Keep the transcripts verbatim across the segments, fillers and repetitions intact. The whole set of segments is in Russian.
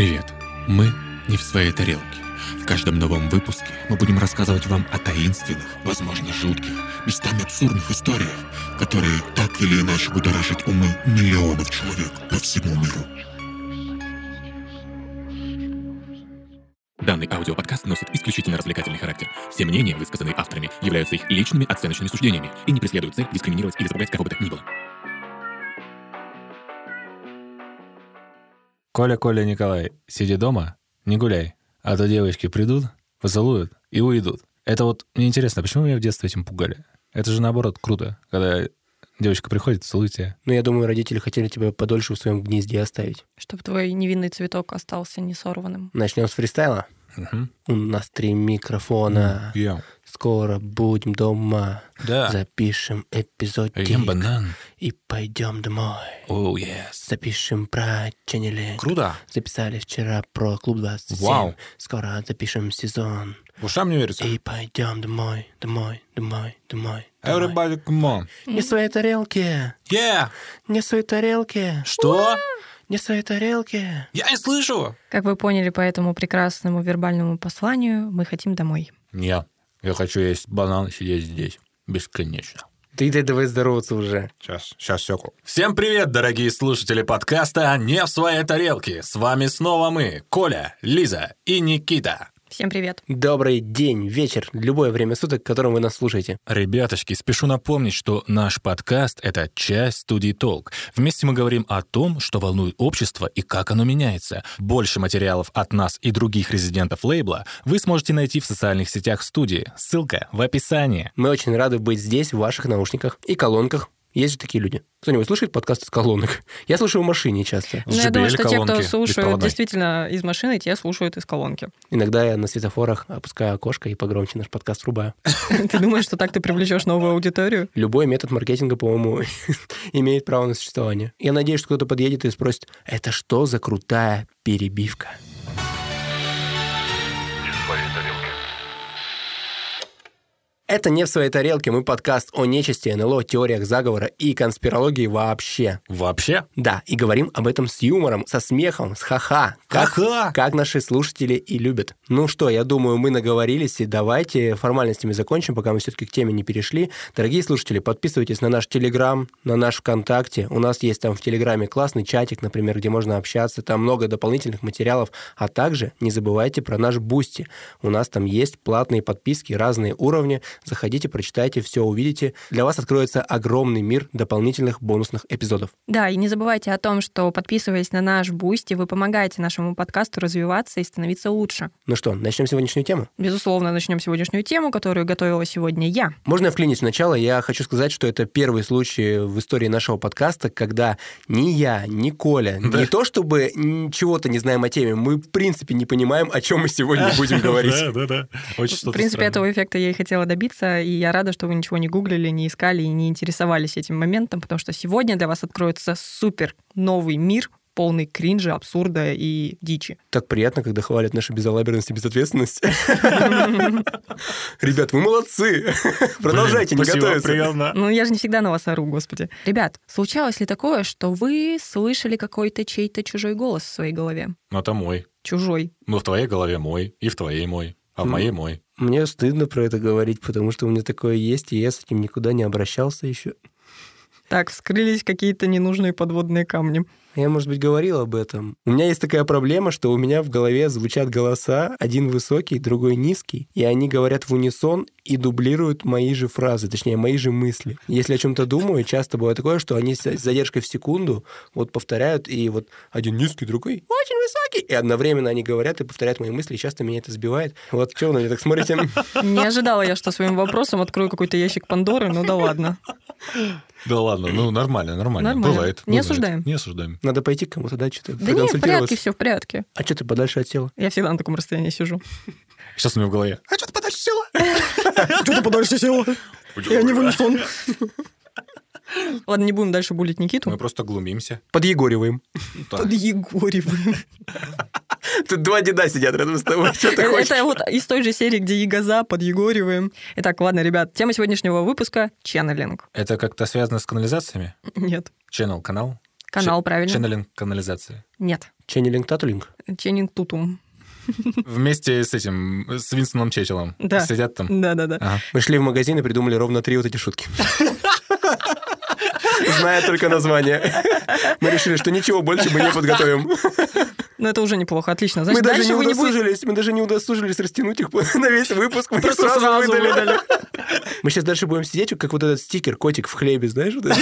Привет! Мы не в своей тарелке. В каждом новом выпуске мы будем рассказывать вам о таинственных, возможно, жутких, местами абсурдных историях, которые так или иначе будоражат умы миллионов человек по всему миру. Данный аудиоподкаст носит исключительно развлекательный характер. Все мнения, высказанные авторами, являются их личными оценочными суждениями и не преследуют цель дискриминировать или запугать кого бы то ни было. Коля, Коля, Николай, сиди дома, не гуляй, а то девочки придут, поцелуют и уйдут. Это вот, мне интересно, почему меня в детстве этим пугали? Это же, наоборот, круто, когда девочка приходит, целует тебя. Ну, я думаю, родители хотели тебя подольше в своем гнезде оставить. Чтобы твой невинный цветок остался не сорванным. Начнем с фристайла. Угу. У нас три микрофона. Yeah. Скоро будем дома. Да. Запишем эпизодик. Ем банан. И пойдем домой. Оу, oh, yes. Запишем про Ченнелинг. Круто. Записали вчера про Клуб двадцать семь. Вау. Скоро запишем сезон. Ушам не верится. И пойдем домой, домой, домой, домой. Everybody, come on. Не в своей тарелке. Yeah. Не в своей тарелке. Что? Не в своей тарелке. Я не слышу. Как вы поняли по этому прекрасному вербальному посланию, мы хотим домой. Нет. Я хочу есть банан и сидеть здесь. Бесконечно. Ты дай давай здороваться уже. Сейчас, сейчас, секу. Всем привет, дорогие слушатели подкаста «Не в своей тарелке». С вами снова мы, Коля, Лиза и Никита. Всем привет. Добрый день, вечер, любое время суток, в котором вы нас слушаете. Ребяточки, спешу напомнить, что наш подкаст — это часть студии «Толк». Вместе мы говорим о том, что волнует общество и как оно меняется. Больше материалов от нас и других резидентов лейбла вы сможете найти в социальных сетях студии. Ссылка в описании. Мы очень рады быть здесь, в ваших наушниках и колонках. Есть же такие люди. Кто-нибудь слушает подкаст из колонок? Я слушаю в машине часто. Ну, я думаю, что те, кто колонки слушают беспроводной. действительно из машины, те слушают из колонки. Иногда я на светофорах опускаю окошко и погромче наш подкаст врубаю. Ты думаешь, что так ты привлечешь новую аудиторию? Любой метод маркетинга, по-моему, имеет право на существование. Я надеюсь, что кто-то подъедет и спросит, это что за крутая перебивка? Это «Не в своей тарелке». Мы подкаст о нечисти, эн эл о, теориях заговора и конспирологии вообще. Вообще? Да, и говорим об этом с юмором, со смехом, с ха-ха. Как, Ха-ха! как наши слушатели и любят. Ну что, я думаю, мы наговорились, и давайте формальностями закончим, пока мы все-таки к теме не перешли. Дорогие слушатели, подписывайтесь на наш Телеграм, на наш ВКонтакте. У нас есть там в Телеграме классный чатик, например, где можно общаться. Там много дополнительных материалов. А также не забывайте про наш Бусти. У нас там есть платные подписки, разные уровни. Заходите, прочитайте, все увидите. Для вас откроется огромный мир дополнительных бонусных эпизодов. Да, и не забывайте о том, что, подписываясь на наш Бусти, вы помогаете нашему подкасту развиваться и становиться лучше. Ну что, начнем сегодняшнюю тему? Безусловно, начнем сегодняшнюю тему, которую готовила сегодня я. Можно я вклинюсь сначала? Я хочу сказать, что это первый случай в истории нашего подкаста, когда ни я, ни Коля, да. не то чтобы чего-то не знаем о теме, мы в принципе не понимаем, о чем мы сегодня будем говорить. Да, да, да. Очень что-то В принципе, странное. этого эффекта я и хотела добиться, и я рада, что вы ничего не гуглили, не искали и не интересовались этим моментом, потому что сегодня для вас откроется супер новый мир, полный кринжа, абсурда и дичи. Так приятно, когда хвалят нашу безалаберность и безответственность. Ребят, вы молодцы! Продолжайте, не готовиться. Ну, я же не всегда на вас ору, господи. Ребят, случалось ли такое, что вы слышали какой-то чей-то чужой голос в своей голове? Ну, это мой. Чужой. Ну, в твоей голове мой, и в твоей мой, а в моей мой. Мне стыдно про это говорить, потому что у меня такое есть, и я с этим никуда не обращался еще. Так, вскрылись какие-то ненужные подводные камни. Я, может быть, говорил об этом. У меня есть такая проблема, что у меня в голове звучат голоса, один высокий, другой низкий, и они говорят в унисон и дублируют мои же фразы, точнее, мои же мысли. Если о чем-то думаю, часто бывает такое, что они с задержкой в секунду вот повторяют, и вот один низкий, другой очень высокий, и одновременно они говорят и повторяют мои мысли, и часто меня это сбивает. Вот что вы на меня так смотрите? Не ожидала я, что своим вопросом открою какой-то ящик Пандоры, ну да ладно. Да ладно, ну нормально, нормально. Нормально. Бывает. Не бывает. осуждаем. Не осуждаем. Надо пойти к кому-то, да, что-то Да нет, в порядке, все в порядке. А что ты подальше от тела? Я всегда на таком расстоянии сижу. Сейчас у меня в голове. А что ты подальше села? Что ты подальше села? Я не в унисон. Ладно, не будем дальше булить Никиту. Мы просто глумимся. Подъегориваем. Подъегориваем. Тут два деда сидят рядом с тобой. Что ты хочешь? Это вот из той же серии, где Ягоза, подъегориваем. Итак, ладно, ребят, тема сегодняшнего выпуска — ченнелинг. Это как-то связано с канализациями? Нет. Channel, канал? Канал, Ч- правильно. Ченнелинг канализации. Нет. Ченнелинг Татулинг? Ченнинг Тутум. Вместе с этим, с Винстоном Черчиллом. Да. Сидят там. Да-да-да. Ага. Мы шли в магазин и придумали ровно три вот эти шутки. Зная только название. Мы решили, что ничего больше мы не подготовим. Ну, это уже неплохо, отлично. Мы Значит, даже дальше не вы не будете... удосужились, мы даже не удосужились растянуть их на весь выпуск. Мы их Просто сразу сразу выдали. выдали. Мы сейчас дальше будем сидеть, как вот этот стикер, котик в хлебе, знаешь? Вот это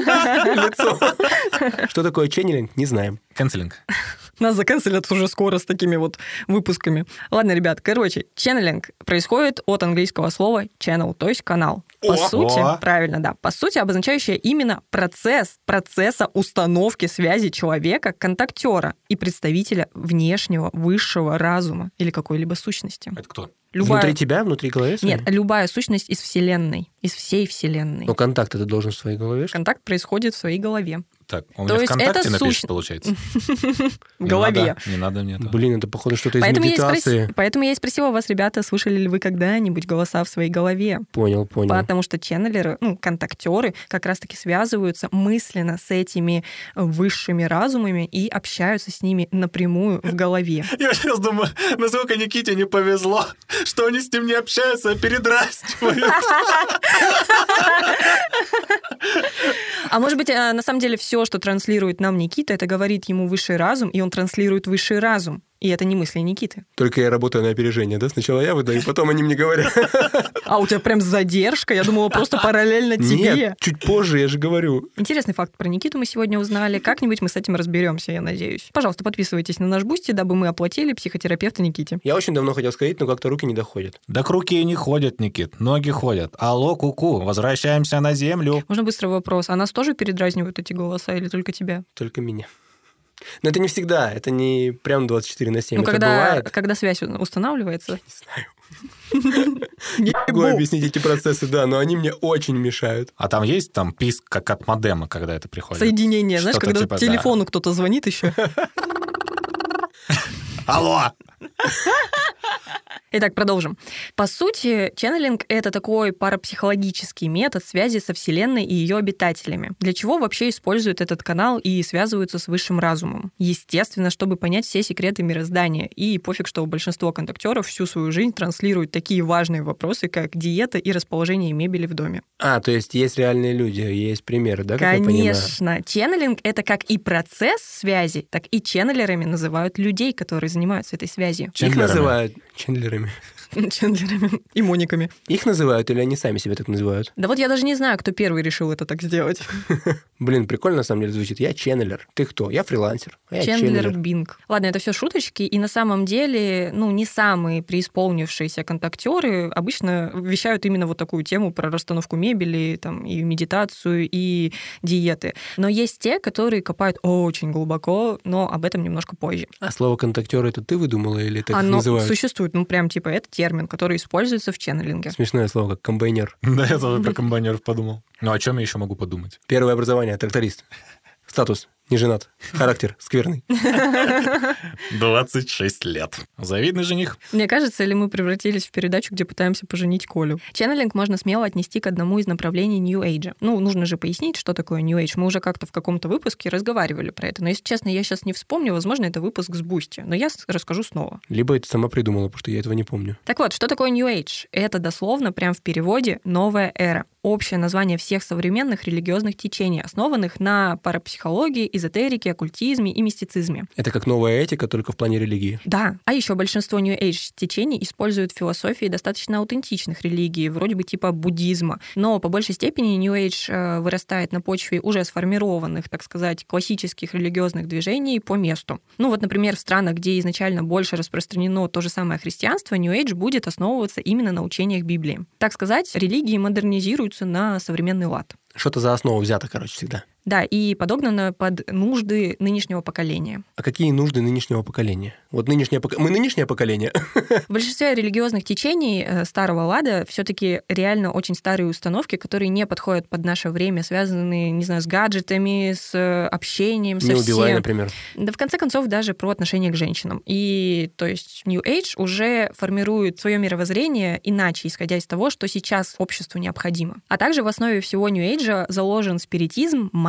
лицо. Что такое ченнелинг, не знаем. Канцелинг. Нас заканцелят уже скоро с такими вот выпусками. Ладно, ребят, короче, ченнелинг происходит от английского слова channel, то есть канал. По О! сути, О! правильно, да, по сути, обозначающее именно процесс, процесса установки связи человека, контактера и представителя внешнего высшего разума или какой-либо сущности. Это кто? Любая... Внутри тебя, внутри головы? своей? Нет, любая сущность из Вселенной, из всей Вселенной. Но контакт это должен в своей голове? что ли? Контакт происходит в своей голове. Так, у То меня есть ВКонтакте это напишет, сущ- получается. В голове. Не надо, не надо мне это. Блин, это походу что-то из Поэтому я, и медитации. спроси- Поэтому я и спросила вас, ребята, слышали ли вы когда-нибудь голоса в своей голове? Понял, понял. Потому что ченнелеры, ну, контактеры как раз-таки связываются мысленно с этими высшими разумами и общаются с ними напрямую в голове. Я сейчас думаю, насколько Никите не повезло, что они с ним не общаются, а передрастивают. А может быть, э, на самом деле все, что транслирует нам Никита, это говорит ему высший разум, и он транслирует высший разум. И это не мысли Никиты. Только я работаю на опережение, да? Сначала я выдаю, потом они мне говорят. А у тебя прям задержка? Я думала, просто параллельно тебе. Нет, чуть позже, я же говорю. Интересный факт про Никиту мы сегодня узнали. Как-нибудь мы с этим разберемся, я надеюсь. Пожалуйста, подписывайтесь на наш Бусти, дабы мы оплатили психотерапевта Никите. Я очень давно хотел сказать, но как-то руки не доходят. Да к руки не ходят, Никит, ноги ходят. Алло, ку-ку, возвращаемся на землю. Можно быстрый вопрос. А нас тоже передразнивают эти голоса или только тебя? Только меня. Но это не всегда, это не прям двадцать четыре на семь. Ну, Это когда, бывает. когда связь устанавливается. Не знаю. Не могу объяснить эти процессы, да, но они мне очень мешают. А там есть там писк, как от модема, когда это приходит? Соединение, знаешь, Что-то когда типа, да. телефону кто-то звонит еще. Алло! Итак, продолжим. По сути, ченнелинг — это такой парапсихологический метод связи со Вселенной и ее обитателями. Для чего вообще используют этот канал и связываются с высшим разумом? Естественно, чтобы понять все секреты мироздания. И пофиг, что большинство контактеров всю свою жизнь транслируют такие важные вопросы, как диета и расположение мебели в доме. А, то есть есть реальные люди, есть примеры, да, как я понимаю? Конечно. Ченнелинг — это как и процесс связи, так и ченнелерами называют людей, которые занимаются этой связью. Их Чендлерами. называют чендлерами. Чендлерами и мониками. Их называют или они сами себя так называют? Да вот я даже не знаю, кто первый решил это так сделать. Блин, прикольно на самом деле звучит. Я ченнелер. Ты кто? Я фрилансер. А я Чендлер ченнелер. Бинг. Ладно, это все шуточки, и на самом деле, ну, не самые преисполнившиеся контактеры обычно вещают именно вот такую тему про расстановку мебели, там, и медитацию, и диеты. Но есть те, которые копают очень глубоко, но об этом немножко позже. А слово контактер это ты выдумала или так Оно называют? существует, ну, прям типа это термин, который используется в ченнелинге. Смешное слово, как комбайнер. Да, я тоже про комбайнеров подумал. Ну, о чем я еще могу подумать? Первое образование, тракторист. Статус, не женат. Характер, скверный. двадцать шесть лет. Завидный жених. Мне кажется, или мы превратились в передачу, где пытаемся поженить Колю. Ченнелинг можно смело отнести к одному из направлений New Age. Ну, нужно же пояснить, что такое New Age. Мы уже как-то в каком-то выпуске разговаривали про это. Но, если честно, я сейчас не вспомню. Возможно, это выпуск с Бусти. Но я расскажу снова. Либо это сама придумала, потому что я этого не помню. Так вот, что такое New Age? Это дословно, прям в переводе, новая эра. Общее название всех современных религиозных течений, основанных на парапсихологии, эзотерике, оккультизме и мистицизме. Это как новая этика, только в плане религии. Да, а еще большинство New Age течений используют философии достаточно аутентичных религий, вроде бы типа буддизма. Но по большей степени New Age вырастает на почве уже сформированных, так сказать, классических религиозных движений по месту. Ну вот, например, в странах, где изначально больше распространено то же самое христианство, New Age будет основываться именно на учениях Библии. Так сказать, религии модернизируются на современный лад. Что-то за основу взято, короче, всегда. Да, и подогнано под нужды нынешнего поколения. А какие нужды нынешнего поколения? Вот нынешнее поколение... Мы нынешнее поколение? В большинстве религиозных течений старого лада все-таки реально очень старые установки, которые не подходят под наше время, связанные, не знаю, с гаджетами, с общением, со Не всем. убивай, например. Да, в конце концов, даже про отношение к женщинам. И, то есть, New Age уже формирует свое мировоззрение иначе, исходя из того, что сейчас обществу необходимо. А также в основе всего New Age заложен спиритизм, магия,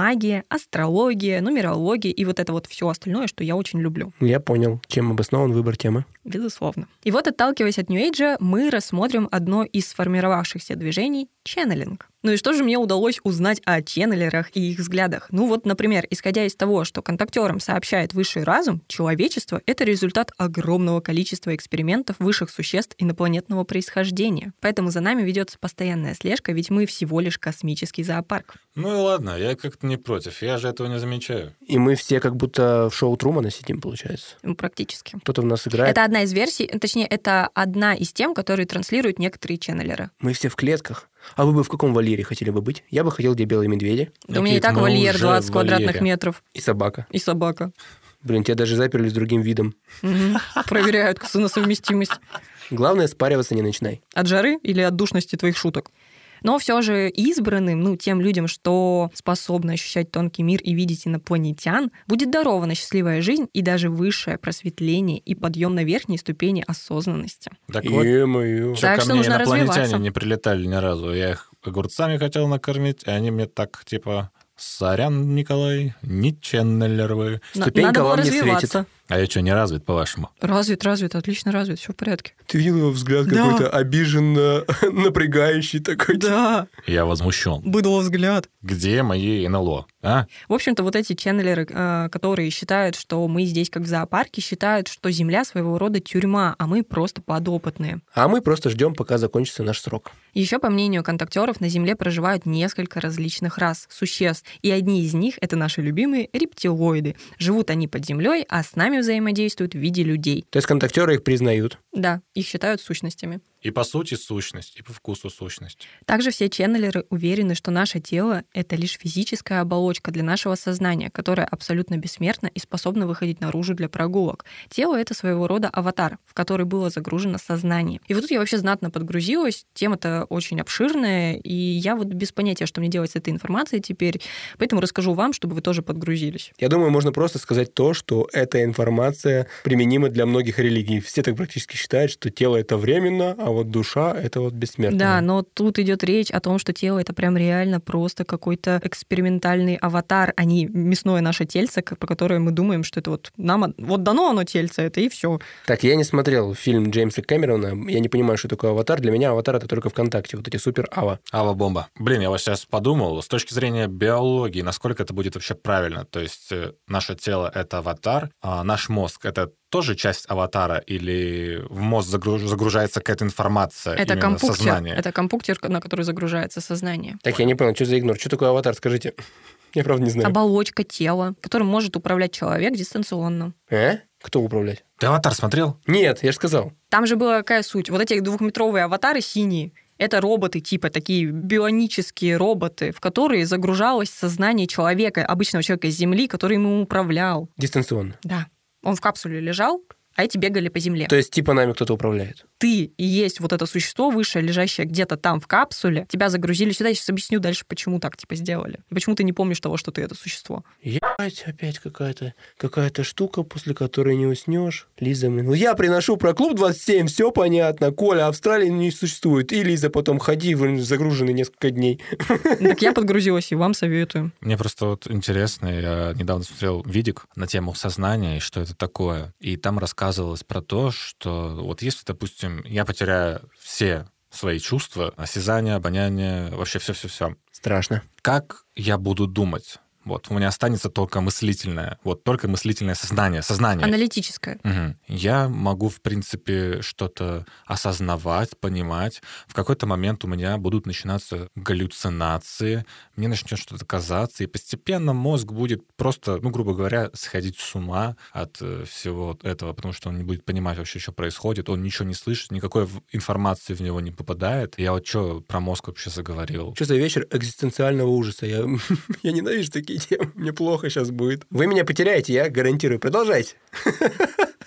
магия, астрология, нумерология и вот это вот все остальное, что я очень люблю. Я понял, чем обоснован выбор темы. Безусловно. И вот, отталкиваясь от Нью-Эйджа, мы рассмотрим одно из сформировавшихся движений — ченнелинг. Ну и что же мне удалось узнать о ченнелерах и их взглядах? Ну вот, например, исходя из того, что контактерам сообщает высший разум, человечество — это результат огромного количества экспериментов высших существ инопланетного происхождения. Поэтому за нами ведется постоянная слежка, ведь мы всего лишь космический зоопарк. Ну и ладно, я как-то не против, я же этого не замечаю. И мы все как будто в шоу Трумана сидим, получается. Ну, практически. Кто-то в нас играет. Это одна из версий, точнее, это одна из тем, которые транслируют некоторые ченнелеры. Мы все в клетках. А вы бы в каком вольере хотели бы быть? Я бы хотел, где белые медведи. Да у меня и так вольер двадцать квадратных метров. И собака. И собака. Блин, тебя даже заперли с другим видом. Проверяют на совместимость. Главное, спариваться не начинай. От жары или от душности твоих шуток? Но все же избранным, ну, тем людям, что способны ощущать тонкий мир и видеть инопланетян, будет дарована счастливая жизнь и даже высшее просветление и подъем на верхние ступени осознанности. Так вот, Е-мое. чё, Так ко что мне нужно инопланетяне развиваться. не прилетали ни разу. Я их огурцами хотел накормить, и они мне так, типа, сорян, Николай, не ченнелер вы. На- Ступенька Надо было вам не развиваться. светит. А я что, не развит, по-вашему? Развит, развит, отлично развит, все в порядке. Ты видел его взгляд Да. какой-то обиженно напрягающий такой? Да, Я возмущен. быдло взгляд. Где мои эн эл о? А? В общем-то, вот эти ченнелеры, э, которые считают, что мы здесь как в зоопарке, считают, что Земля своего рода тюрьма, а мы просто подопытные. А мы просто ждем, пока закончится наш срок. Еще, по мнению контактеров, на Земле проживают несколько различных рас, существ, и одни из них — это наши любимые рептилоиды. Живут они под землей, а с нами взаимодействуют в виде людей. То есть контактеры их признают. Да, их считают сущностями. И по сути сущность, и по вкусу сущность. Также все ченнелеры уверены, что наше тело — это лишь физическая оболочка для нашего сознания, которая абсолютно бессмертна и способна выходить наружу для прогулок. Тело — это своего рода аватар, в который было загружено сознание. И вот тут я вообще знатно подгрузилась. Тема-то очень обширная, и я вот без понятия, что мне делать с этой информацией теперь. Поэтому расскажу вам, чтобы вы тоже подгрузились. Я думаю, можно просто сказать то, что эта информация применима для многих религий. Все так практически считают, что тело — это временно, а вот душа — это вот бессмертно. Да, но тут идет речь о том, что тело — это прям реально просто какой-то экспериментальный аватар, а не мясное наше тельце, про которое мы думаем, что это вот нам вот дано оно тельце, это и все. Так, я не смотрел фильм Джеймса Кэмерона, я не понимаю, что такое аватар. Для меня аватар — это только ВКонтакте, вот эти супер-ава. Ава-бомба. Блин, я вот сейчас подумал, с точки зрения биологии, насколько это будет вообще правильно. То есть э, наше тело — это аватар, а наш мозг — это тоже часть аватара, или в мозг загруж- загружается какая-то информация, Это именно компьютер, сознание? это компьютер, на который загружается сознание. Так, я не понял, что за игнор? Что такое аватар, скажите? Я правда не знаю. Оболочка тела, которым может управлять человек дистанционно. Э? Кто управлять? Ты «Аватар» смотрел? Нет, я же сказал. Там же была какая суть? Вот эти двухметровые аватары синие, это роботы, типа такие бионические роботы, в которые загружалось сознание человека, обычного человека с Земли, который ему управлял. Дистанционно. Да. Он в капсуле лежал, а эти бегали по земле. То есть типа нами кто-то управляет. Ты и есть вот это существо высшее, лежащее где-то там в капсуле. Тебя загрузили сюда. Я сейчас объясню дальше, почему так типа сделали. И почему ты не помнишь того, что ты это существо. Ебать, опять какая-то какая-то штука, после которой не уснешь. Лиза, блин. Ну, я приношу про клуб двадцать семь, все понятно. Коля, Австралии не существует. И Лиза, потом ходи, блин, загруженный несколько дней. Так я подгрузилась, и вам советую. Мне просто вот интересно, я недавно смотрел видик на тему сознания и что это такое. И там рассказывалось про то, что вот если, допустим, я потеряю все свои чувства, осязание, обоняние, вообще все-все-все, Страшно. как я буду думать? Вот, у меня останется только мыслительное, вот, только мыслительное сознание, сознание. Аналитическое. Мгм. Я могу, в принципе, что-то осознавать, понимать. В какой-то момент у меня будут начинаться галлюцинации, мне начнет что-то казаться, и постепенно мозг будет просто, ну, грубо говоря, сходить с ума от э, всего этого, потому что он не будет понимать вообще, что происходит, он ничего не слышит, никакой в- информации в него не попадает. Я вот что про мозг вообще заговорил? Что за вечер экзистенциального ужаса? Я, я ненавижу такие темы. Мне плохо сейчас будет. Вы меня потеряете, я гарантирую. Продолжайте.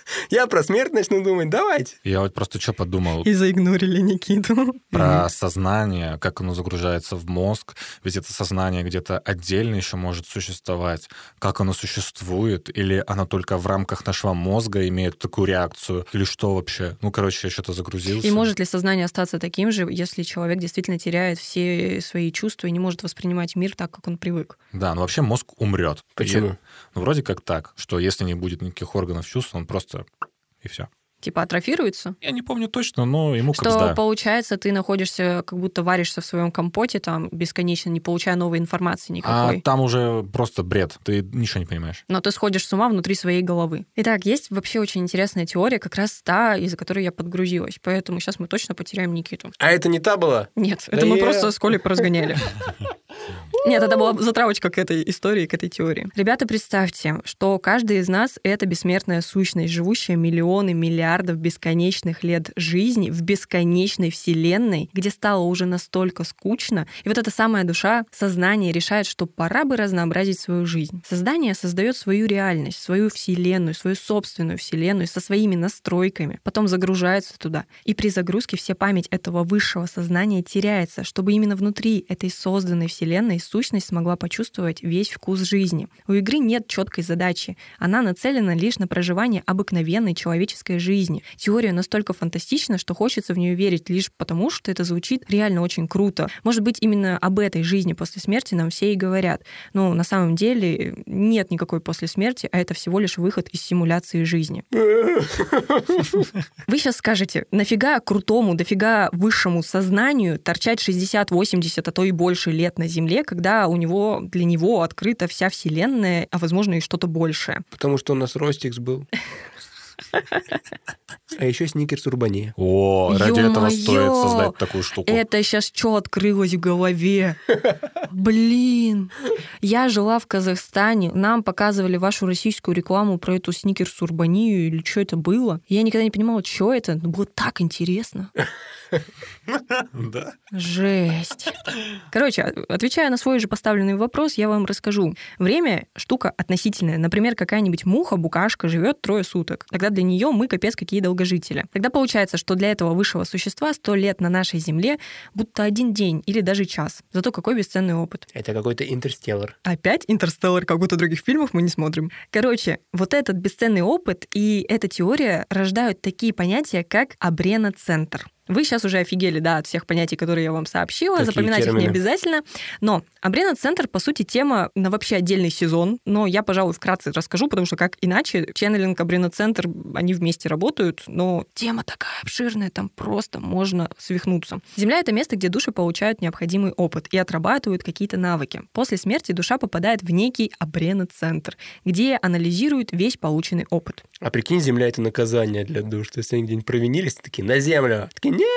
Я про смерть начну думать, давайте. Я вот просто что подумал И заигнорили Никиту. про сознание, как оно загружается в мозг. Ведь это сознание где-то отдельно еще может существовать. Как оно существует? Или оно только в рамках нашего мозга имеет такую реакцию? Или что вообще? Ну, короче, я что-то загрузился. И может ли сознание остаться таким же, если человек действительно теряет все свои чувства и не может воспринимать мир так, как он привык? Да, но вообще мозг умрет. Почему? И, ну, вроде как так, что если не будет никаких органов чувств, он просто... и все. Типа атрофируется? Я не помню точно, но ему как Что, да. получается, ты находишься, как будто варишься в своем компоте там бесконечно, не получая новой информации никакой. А там уже просто бред, ты ничего не понимаешь. Но ты сходишь с ума внутри своей головы. Итак, есть вообще очень интересная теория, как раз та, из-за которой я подгрузилась. Поэтому сейчас мы точно потеряем Никиту. А это не та была? Нет, Да это мы я- просто с Колей поразгоняли. Нет, это была затравочка к этой истории, к этой теории. Ребята, представьте, что каждый из нас — это бессмертная сущность, живущая миллионы, миллиардов бесконечных лет жизни в бесконечной вселенной, где стало уже настолько скучно. И вот эта самая душа, сознание решает, что пора бы разнообразить свою жизнь. Создание создает свою реальность, свою вселенную, свою собственную вселенную со своими настройками, потом загружается туда. И при загрузке вся память этого высшего сознания теряется, чтобы именно внутри этой созданной вселенной сущность смогла почувствовать весь вкус жизни. У игры нет четкой задачи. Она нацелена лишь на проживание обыкновенной человеческой жизни. Теория настолько фантастична, что хочется в нее верить лишь потому, что это звучит реально очень круто. Может быть, именно об этой жизни после смерти нам все и говорят. Но на самом деле нет никакой после смерти, а это всего лишь выход из симуляции жизни. Вы сейчас скажете, нафига крутому, дофига высшему сознанию торчать шестьдесят, восемьдесят, а то и больше лет на Земле, когда у него, для него открыта вся Вселенная, а, возможно, и что-то большее. Потому что у нас Ростикс был. А еще Сникерс Урбане. О, ради Ё-моё! этого стоит создать такую штуку. Это сейчас что открылось в голове? Блин. Я жила в Казахстане, нам показывали вашу российскую рекламу про эту Сникерс Урбанию или что это было. Я никогда не понимала, что это, но было так интересно. Да. Жесть. Короче, отвечая на свой же поставленный вопрос, я вам расскажу. Время — штука относительная. Например, какая-нибудь муха, букашка живет трое суток. Тогда для нее мы капец какие долгожители. Тогда получается, что для этого высшего существа сто лет на нашей Земле будто один день или даже час. Зато какой бесценный опыт. Это какой-то интерстеллар. Опять «Интерстеллар», как будто других фильмов мы не смотрим. Короче, вот этот бесценный опыт и эта теория рождают такие понятия, как абреноцентр. Вы сейчас уже офигели, да, от всех понятий, которые я вам сообщила. Какие Запоминать их термины? не обязательно. Но абреноцентр, по сути, тема на вообще отдельный сезон. Но я, пожалуй, вкратце расскажу, потому что как иначе ченнелинг, абреноцентр, они вместе работают. Но тема такая обширная, там просто можно свихнуться. Земля — это место, где души получают необходимый опыт и отрабатывают какие-то навыки. После смерти душа попадает в некий абреноцентр, где анализирует весь полученный опыт. А прикинь, Земля — это наказание для душ. То есть они где-нибудь провинились, такие, на Землю. Такие, нет!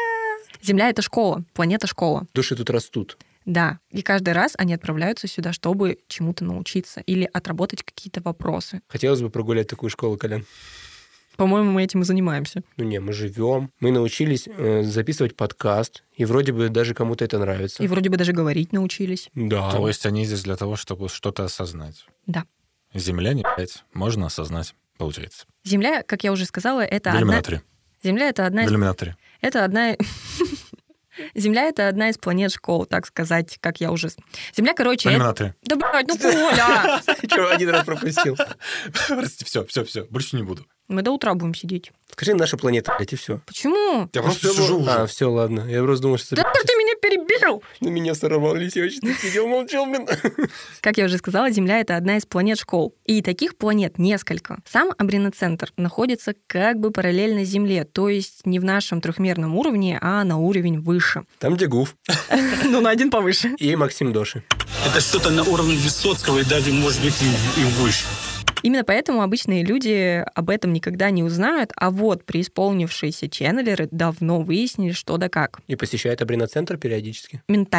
Земля — это школа, планета-школа. Души тут растут. Да, и каждый раз они отправляются сюда, чтобы чему-то научиться или отработать какие-то вопросы. Хотелось бы прогулять такую школу, Колян. По-моему, мы этим и занимаемся. Ну не, мы живем. Мы научились э, записывать подкаст, и вроде бы даже кому-то это нравится. И вроде бы даже говорить научились. Да. То есть они здесь для того, чтобы что-то осознать. Да. Земляне, блядь, можно осознать, получается. Земля, как я уже сказала, это В одна... иллюминаторе. Земля — это одна В из... иллюминаторе. Это одна... Земля — это одна из планет школ, так сказать, как я уже... Земля, В короче... это- иллюминаторе. Да, блядь, ну, Коля! Что, один раз пропустил? Прости, все, все, все, больше не буду. Мы до утра будем сидеть. Скажи, наша планета, блядь, и все. Почему? Я просто сижу А, уже. все, ладно. Я просто думал, что... Да как ты меня перебил? На меня сорвались, я очень сидел, молчал, блин. Как я уже сказала, Земля — это одна из планет школ. И таких планет несколько. Сам абреноцентр находится как бы параллельно Земле, то есть не в нашем трехмерном уровне, а на уровень выше. Там, где Гуф Ну, на один повыше. и Максим Доши. Это что-то на уровне Высоцкого и даже, может быть, и, и выше. Именно поэтому обычные люди об этом никогда не узнают, а вот преисполнившиеся ченнелеры давно выяснили, что да как. И посещает абреноцентр периодически. Ментально.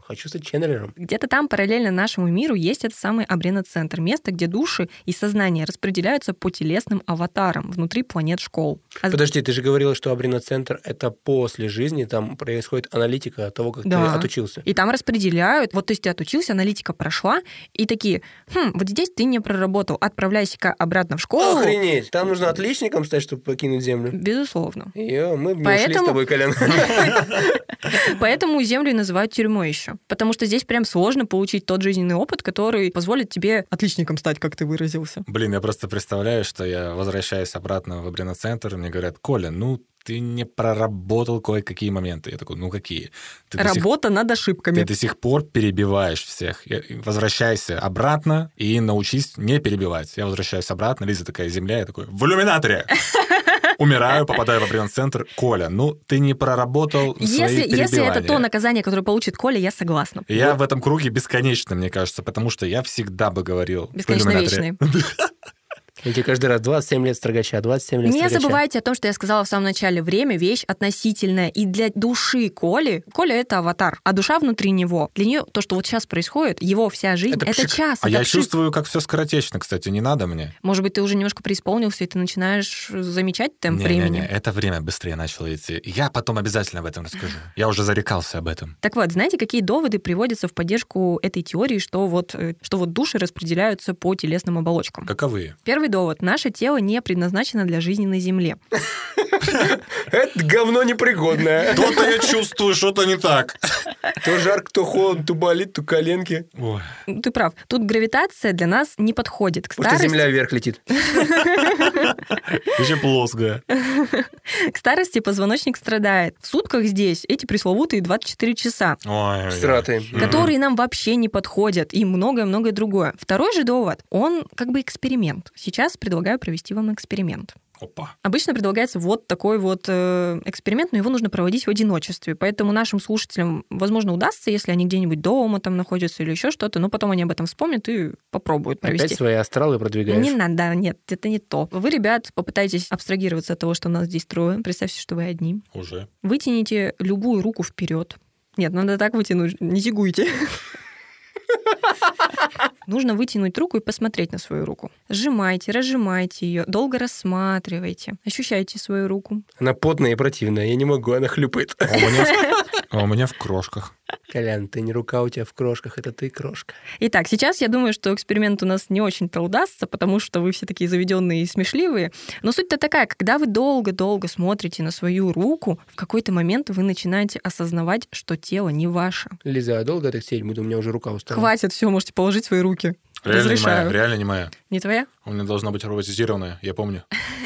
хочу стать ченнелером. Где-то там параллельно нашему миру есть этот самый Абрена-центр, место, где души и сознание распределяются по телесным аватарам внутри планет школ. А... Подожди, ты же говорила, что Абрена-центр — это после жизни, там происходит аналитика того, как да. ты отучился. И там распределяют, вот то есть ты отучился, аналитика прошла, и такие, хм, вот здесь ты не проработал, отправляйся-ка обратно в школу. Охренеть, там нужно отличником стать, чтобы покинуть Землю. Безусловно. Йо, мы бы не Поэтому... ушли с тобой, Колян. Поэтому Землю и называют тюрьмой еще. Потому что здесь прям сложно получить тот жизненный опыт, который позволит тебе отличником стать, как ты выразился. Блин, я просто представляю, что я возвращаюсь обратно в Абрена-центр, и мне говорят, Коля, ну ты не проработал кое-какие моменты. Я такой, ну какие? Ты Работа сих... над ошибками. Ты до сих пор перебиваешь всех. Я... Возвращайся обратно и научись не перебивать. Я возвращаюсь обратно, Лиза такая, земля, я такой, в иллюминаторе! Умираю, попадаю в Абрена-центр. Коля, ну ты не проработал если, свои перебивания. Если это то наказание, которое получит Коля, я согласна. Я вот. в этом круге бесконечно, мне кажется, потому что я всегда бы говорил бесконечно в иллюминаторе. вечный. Я тебе каждый раз двадцать семь лет строгача, двадцать семь лет Не строгача. забывайте о том, что я сказала в самом начале. Время — вещь относительная. И для души Коли, Коля — это аватар, а душа внутри него. Для нее то, что вот сейчас происходит, его вся жизнь — это, это час. А это я пшик. чувствую, как все скоротечно, кстати, не надо мне. Может быть, ты уже немножко преисполнился, и ты начинаешь замечать темп не, времени? Не, не, это время быстрее начало идти. Я потом обязательно об этом расскажу. Я уже зарекался об этом. Так вот, знаете, какие доводы приводятся в поддержку этой теории, что вот, что вот души распределяются по телесным оболочкам? Каковы? Первый довод. Наше тело не предназначено для жизни на Земле. Это говно непригодное. То-то я чувствую, что-то не так. То жарко, то холодно, то болит, то коленки. Ой. Ты прав. Тут гравитация для нас не подходит. К Потому старости... что Земля вверх летит. Еще плоская. К старости позвоночник страдает. В сутках здесь эти пресловутые двадцать четыре часа, Ой, Сратые. которые нам вообще не подходят, и многое-многое другое. Второй же довод, он как бы эксперимент. Сейчас предлагаю провести вам эксперимент. Опа. Обычно предлагается вот такой вот э, эксперимент, но его нужно проводить в одиночестве. Поэтому нашим слушателям, возможно, удастся, если они где-нибудь дома там находятся или еще что-то, но потом они об этом вспомнят и попробуют провести. Опять свои астралы продвигаешь? Не надо, нет, это не то. Вы, ребят, попытайтесь абстрагироваться от того, что нас здесь трое. Представьте, что вы одни. Уже. Вытяните любую руку вперед. Нет, надо так вытянуть, не зигуйте. Нужно вытянуть руку и посмотреть на свою руку. Сжимайте, разжимайте ее, долго рассматривайте. Ощущайте свою руку. Она потная и противная, я не могу, она хлюпает. А у меня, а у меня в крошках. Колян, ты не рука у тебя в крошках, это ты крошка. Итак, сейчас я думаю, что эксперимент у нас не очень-то удастся, потому что вы все такие заведенные и смешливые. Но суть-то такая, когда вы долго-долго смотрите на свою руку, в какой-то момент вы начинаете осознавать, что тело не ваше. Лиза, а долго так сидеть буду? У меня уже рука устала. Хватит, все, можете положить свои руки. Реально не Разрешаю. моя, реально не моя. Не твоя? У меня должна быть роботизированная, я помню.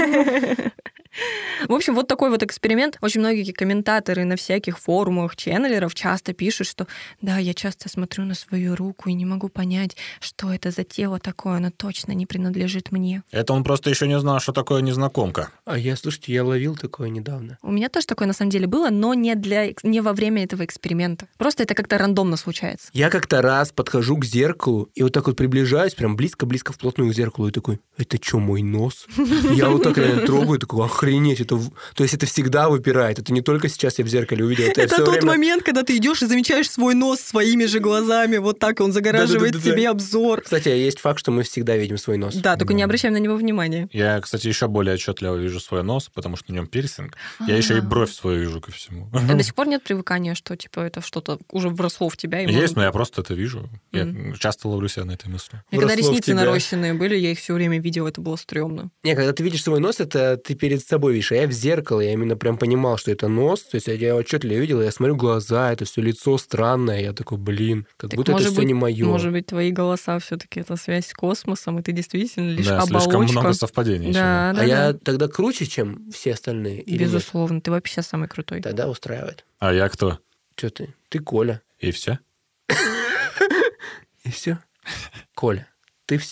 В общем, вот такой вот эксперимент. Очень многие комментаторы на всяких форумах ченнелеров часто пишут, что да, я часто смотрю на свою руку и не могу понять, что это за тело такое, оно точно не принадлежит мне. Это он просто еще не знал, что такое незнакомка. А я, слушайте, я ловил такое недавно. У меня тоже такое на самом деле было, но не, для, не во время этого эксперимента. Просто это как-то рандомно случается. Я как-то раз подхожу к зеркалу и вот так вот приближаюсь, прям близко-близко вплотную к зеркалу и такой, это что, мой нос? Я вот так реально трогаю, такой, охренеть, это... То есть это всегда выпирает, это не только сейчас я в зеркале увидел. Это, это тот время... момент, когда ты идешь и замечаешь свой нос своими же глазами, вот так он загораживает да, да, да, да, тебе да. обзор. Кстати, есть факт, что мы всегда видим свой нос. Да, только да. не обращаем на него внимания. Я, кстати, еще более отчетливо вижу свой нос, потому что на нем пирсинг. А-а-а. Я еще и бровь свою вижу ко всему. А до сих пор нет привыкания, что типа это что-то уже вросло в тебя? И есть, может... но я просто это вижу. Я mm. часто ловлю себя на этой мысли. И когда ресницы нарощенные были, я их все время видела, это было стрёмно. Не, когда ты видишь свой нос, это ты перед собой видишь, а я в зеркало, я именно прям понимал, что это нос, то есть я отчетливо видел, я смотрю глаза, это все лицо странное, я такой, блин, как так будто это все быть, не мое. Может быть, твои голоса все-таки это связь с космосом, и ты действительно лишь да, оболочка. слишком много совпадений. Да, да, а да. я тогда круче, чем все остальные? Безусловно, ты вообще самый крутой. Тогда устраивает. А я кто? Что ты? Ты Коля. И все? И все? Коля, ты все.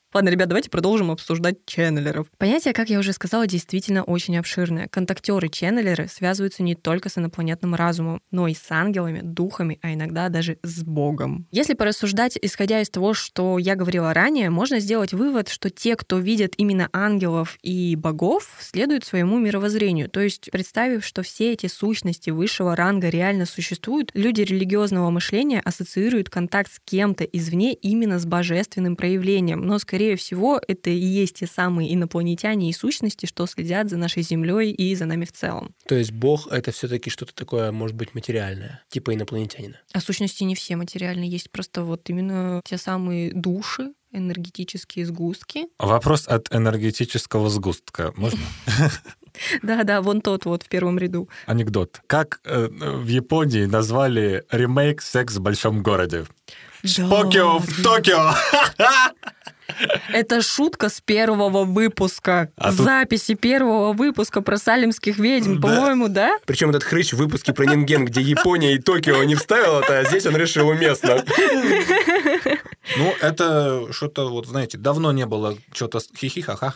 Ладно, ребят, давайте продолжим обсуждать ченнелеров. Понятие, как я уже сказала, действительно очень обширное. Контактеры-ченнелеры связываются не только с инопланетным разумом, но и с ангелами, духами, а иногда даже с Богом. Если порассуждать, исходя из того, что я говорила ранее, можно сделать вывод, что те, кто видят именно ангелов и богов, следуют своему мировоззрению. То есть, представив, что все эти сущности высшего ранга реально существуют, люди религиозного мышления ассоциируют контакт с кем-то извне именно с божественным проявлением. Но, скорее Скорее всего, это и есть те самые инопланетяне и сущности, что следят за нашей Землей и за нами в целом. То есть Бог — это все-таки что-то такое, может быть, материальное, типа инопланетянина. А сущности не все материальные, есть просто вот именно те самые души, энергетические сгустки. Вопрос от энергетического сгустка. Можно? Да-да, вон тот вот в первом ряду. Анекдот. Как э, в Японии назвали ремейк «Секс в большом городе»? Шпокио в Токио! Это шутка с первого выпуска. А Записи тут... первого выпуска про салемских ведьм, да. По-моему, да? Причем этот хрыч в выпуске про Нинген, где Япония и Токио не вставил это, а здесь он решил уместно. Ну, это что-то, вот, знаете, давно не было что-то хихи-ха-ха.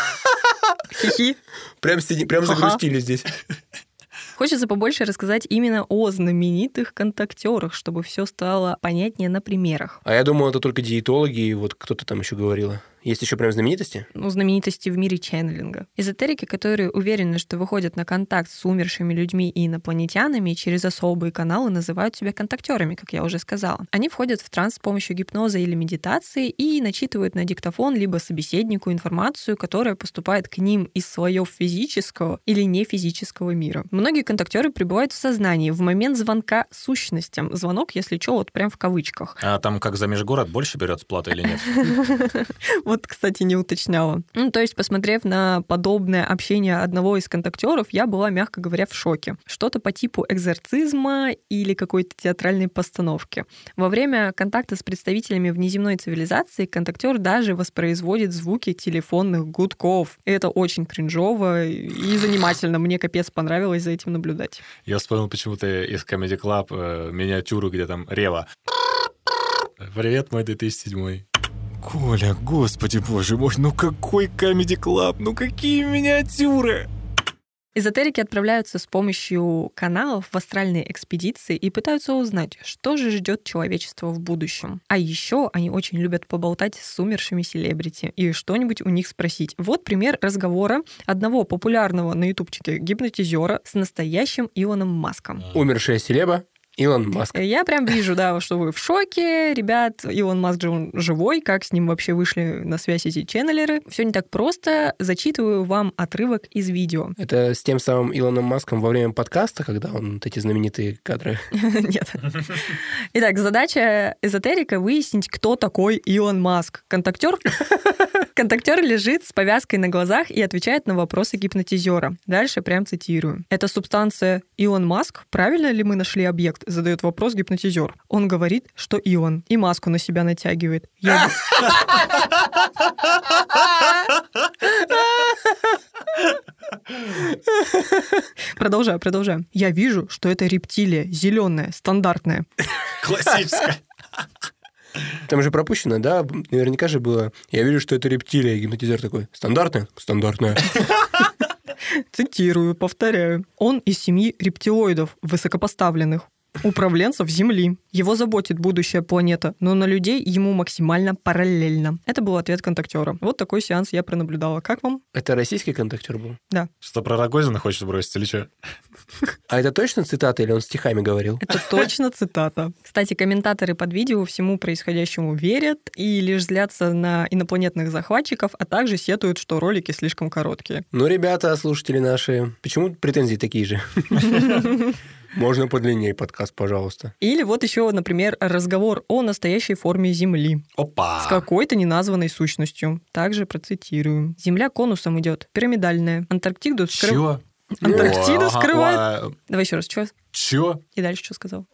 Хихи. Прям, прям загрустили здесь. Хочется побольше рассказать именно о знаменитых контактерах, чтобы все стало понятнее на примерах. А я думал, это только диетологи, и вот кто-то там еще говорила. Есть еще прям знаменитости? Ну, знаменитости в мире ченнелинга. Эзотерики, которые уверены, что выходят на контакт с умершими людьми и инопланетянами через особые каналы, называют себя контактерами, как я уже сказала. Они входят в транс с помощью гипноза или медитации и начитывают на диктофон либо собеседнику информацию, которая поступает к ним из слоев физического или нефизического мира. Многие контактеры пребывают в сознании в момент звонка сущностям. Звонок, если что, вот прям в кавычках. А там как за межгород больше берет сплата или нет? Вот, кстати, не уточняла. Ну, то есть, посмотрев на подобное общение одного из контактеров, я была, мягко говоря, в шоке. Что-то по типу экзорцизма или какой-то театральной постановки. Во время контакта с представителями внеземной цивилизации контактер даже воспроизводит звуки телефонных гудков. И это очень кринжово и занимательно. Мне капец понравилось за этим наблюдать. Я вспомнил почему-то из Comedy Club э, миниатюру, где там Рева. Привет, мой две тысячи седьмой. Коля, господи боже мой, ну какой Comedy Club, ну какие миниатюры! Эзотерики отправляются с помощью каналов в астральные экспедиции и пытаются узнать, что же ждет человечество в будущем. А еще они очень любят поболтать с умершими селебрити и что-нибудь у них спросить. Вот пример разговора одного популярного на ютубчике гипнотизера с настоящим Илоном Маском. Умершая селеба. Илон Маск. Я прям вижу, да, что вы в шоке, ребят. Илон Маск же он живой, как с ним вообще вышли на связь эти ченнелеры. Все не так просто. Зачитываю вам отрывок из видео. Это с тем самым Илоном Маском во время подкаста, когда он вот эти знаменитые кадры? Нет. Итак, задача эзотерика — выяснить, кто такой Илон Маск. Контактер? Контактер лежит с повязкой на глазах и отвечает на вопросы гипнотизера. Дальше прям цитирую. Это субстанция Илон Маск? Правильно ли мы нашли объект? Задает вопрос гипнотизер. Он говорит, что Илон, и маску на себя натягивает. Я... Продолжаю, продолжаю. Я вижу, что это рептилия, зеленая, стандартная. Классическая. Там же пропущено, да? Наверняка же было. Я вижу, что это рептилия. Гипнотизер такой. Стандартная? Стандартная. Цитирую, повторяю. Он из семьи рептилоидов, высокопоставленных, управленцев Земли. Его заботит будущая планета, но на людей ему максимально параллельно. Это был ответ контактера. Вот такой сеанс я пронаблюдала. Как вам? Это российский контактер был? Да. Что, про Рогозина хочешь бросить или что? А это точно цитата или он стихами говорил? Это точно цитата. Кстати, комментаторы под видео всему происходящему верят и лишь злятся на инопланетных захватчиков, а также сетуют, что ролики слишком короткие. Ну, ребята, слушатели наши, почему претензии такие же? Можно подлиннее подкаст, пожалуйста. Или вот еще, например, разговор о настоящей форме Земли. Опа! С какой-то неназванной сущностью. Также процитирую. Земля конусом идет, пирамидальная. Антарктиду скрывает. Антарктиду скрывает. Давай еще раз, что? Чё? И дальше что сказал?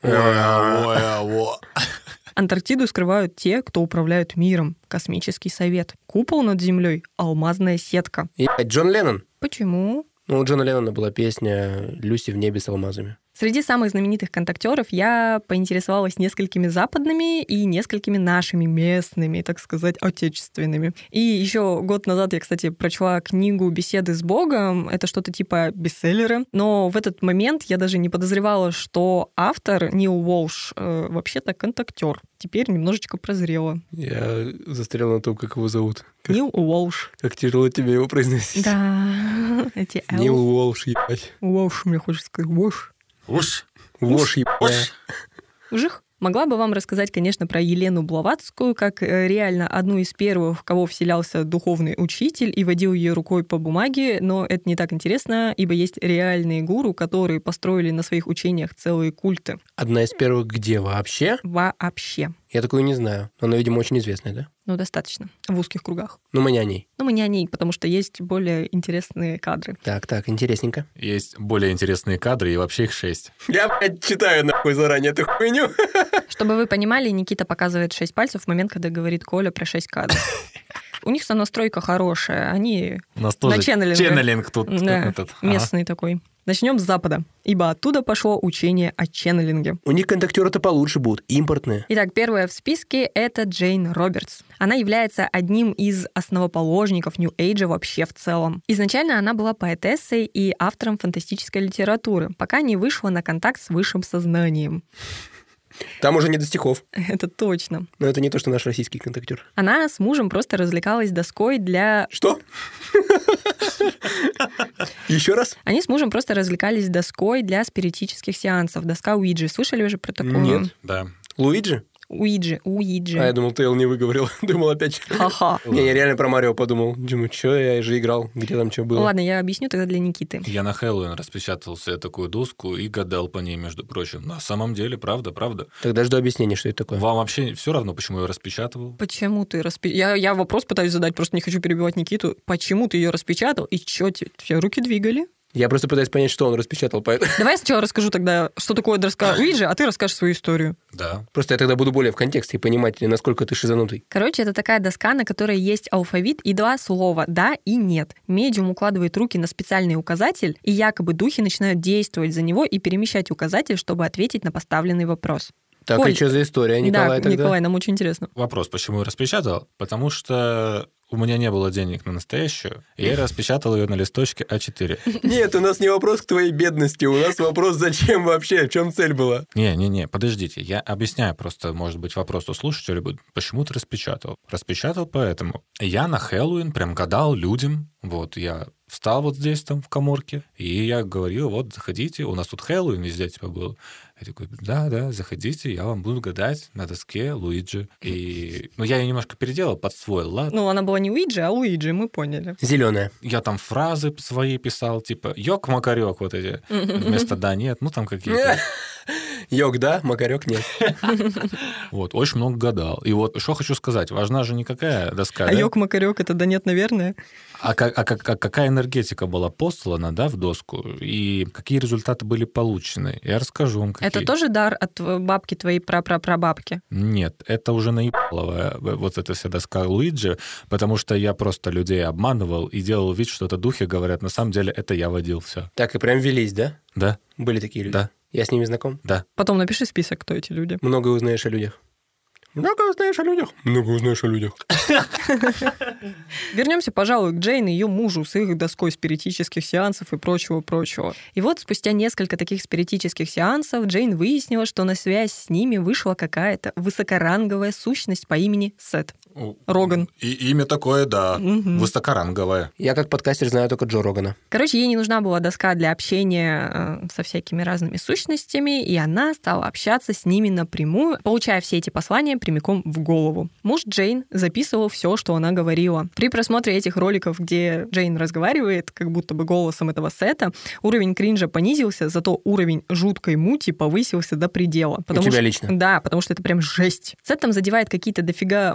Антарктиду скрывают те, кто управляют миром. Космический совет. Купол над землей. Алмазная сетка. Ебать, Джон Леннон. Почему? Ну, у Джона Леннона была песня «Люси в небе с алмазами». Среди самых знаменитых контактеров я поинтересовалась несколькими западными и несколькими нашими местными, так сказать, отечественными. И еще год назад я, кстати, прочла книгу «Беседы с Богом». Это что-то типа бестселлера. Но в этот момент я даже не подозревала, что автор Нил Уолш э, вообще-то контактер. Теперь немножечко прозрела. Я застрял на том, как его зовут. Как, Нил Уолш. как тяжело тебе его произносить. Да. Эти Л. Нил Уолш, ебать. Уолш, мне хочется сказать. Уолш. Уж. Уолш, ебать. Жих. Могла бы вам рассказать, конечно, про Елену Блаватскую, как реально одну из первых, в кого вселялся духовный учитель и водил ее рукой по бумаге, но это не так интересно, ибо есть реальные гуру, которые построили на своих учениях целые культы. Одна из первых где вообще? Вообще. Я такую не знаю. Она, видимо, очень известная, да? Ну, достаточно. В узких кругах. Ну, мы не о ней. Ну, мы не о ней, потому что есть более интересные кадры. Так, так, интересненько. Есть более интересные кадры, и вообще их шесть. Я, блядь, читаю нахуй заранее эту хуйню. Чтобы вы понимали, Никита показывает шесть пальцев в момент, когда говорит Коля про шесть кадров. У них сонастройка хорошая, они У нас тоже на ченнелинге. ченнелинг тут. Да, этот. Ага. местный такой. Начнем с Запада, ибо оттуда пошло учение о ченнелинге. У них контактеры-то получше будут, импортные. Итак, первая в списке — это Джейн Робертс. Она является одним из основоположников Нью-Эйджа вообще в целом. Изначально она была поэтессой и автором фантастической литературы, пока не вышла на контакт с высшим сознанием. Там уже не до стихов. Это точно. Но это не то, что наш российский контактер. Она с мужем просто развлекалась доской для... Что? Еще раз? Они с мужем просто развлекались доской для спиритических сеансов. Доска Уиджи. Слышали уже про такую? Нет. Да. Луиджи? Уиджи, Уиджи. А я думал, Тейл не выговорил. Думал опять. Ха-ха. Не, я реально про Марио подумал. Думаю, что я же играл, где там что было. Ладно, я объясню тогда для Никиты. Я на Хэллоуин распечатал себе такую доску и гадал по ней, между прочим. На самом деле, правда, правда. Тогда жду объяснения, что это такое. Вам вообще все равно, почему я распечатывал? Почему ты распечатал? Я, я вопрос пытаюсь задать, просто не хочу перебивать Никиту. Почему ты ее распечатал и что, тебе руки двигали? Я просто пытаюсь понять, что он распечатал. Поэтому... Давай я сначала расскажу тогда, что такое доска Уиджи, а ты расскажешь свою историю. Да. Просто я тогда буду более в контексте и понимать, насколько ты шизанутый. Короче, это такая доска, на которой есть алфавит и два слова «да» и «нет». Медиум укладывает руки на специальный указатель, и якобы духи начинают действовать за него и перемещать указатель, чтобы ответить на поставленный вопрос. Так, Коль, и что за история, Николай, да, тогда? Николай, нам очень интересно. Вопрос, почему я распечатал? Потому что у меня не было денег на настоящую, и я распечатал ее на листочке а четыре. Нет, у нас не вопрос к твоей бедности, у нас вопрос, зачем вообще, в чем цель была? Не-не-не, подождите, я объясняю просто, может быть, вопрос у слушателей будет, почему ты распечатал? Распечатал поэтому. Я на Хэллоуин прям гадал людям, вот, я встал вот здесь, там, в каморке, и я говорил, вот, заходите, у нас тут Хэллоуин везде, типа, был. Я такой, да-да, заходите, я вам буду гадать на доске Луиджи. И, ну, я ее немножко переделал под свой лад. Ну, она была не Уиджи, а Луиджи, мы поняли. Зеленая. Я там фразы свои писал, типа, ёк-макарёк, вот эти, вместо «да», «нет», ну, там какие-то. Йог, да, макарек нет. Вот, очень много гадал. И вот, что хочу сказать, важна же не какая доска, А да? ёк-макарёк это да нет, наверное. А, как, а, как, а какая энергетика была послана, да, в доску, и какие результаты были получены. Я расскажу вам, какие. Это тоже дар от бабки твоей прапрапрабабки? Нет, это уже наебаловая вот эта вся доска Луиджи, потому что я просто людей обманывал и делал вид, что это духи говорят. На самом деле это я водил все. Так и прям велись, да? Да, Были такие люди? да, Я с ними знаком? да. Потом напиши список, кто эти люди. Много узнаешь о людях. Много узнаешь о людях. Много узнаешь о людях. Вернемся, пожалуй, к Джейн и ее мужу с их доской спиритических сеансов и прочего-прочего. И вот спустя несколько таких спиритических сеансов Джейн выяснила, что на связь с ними вышла какая-то высокоранговая сущность по имени Сет. Роган. И имя такое, да, Мгм. высокоранговое. Я как подкастер знаю только Джо Рогана. Короче, ей не нужна была доска для общения э, со всякими разными сущностями, и она стала общаться с ними напрямую, получая все эти послания прямиком в голову. Муж Джейн записывал все, что она говорила. При просмотре этих роликов, где Джейн разговаривает, как будто бы голосом этого Сета, уровень кринжа понизился, зато уровень жуткой мути повысился до предела. У тебя что... лично? Да, потому что это прям жесть. Сет там задевает какие-то дофига мутные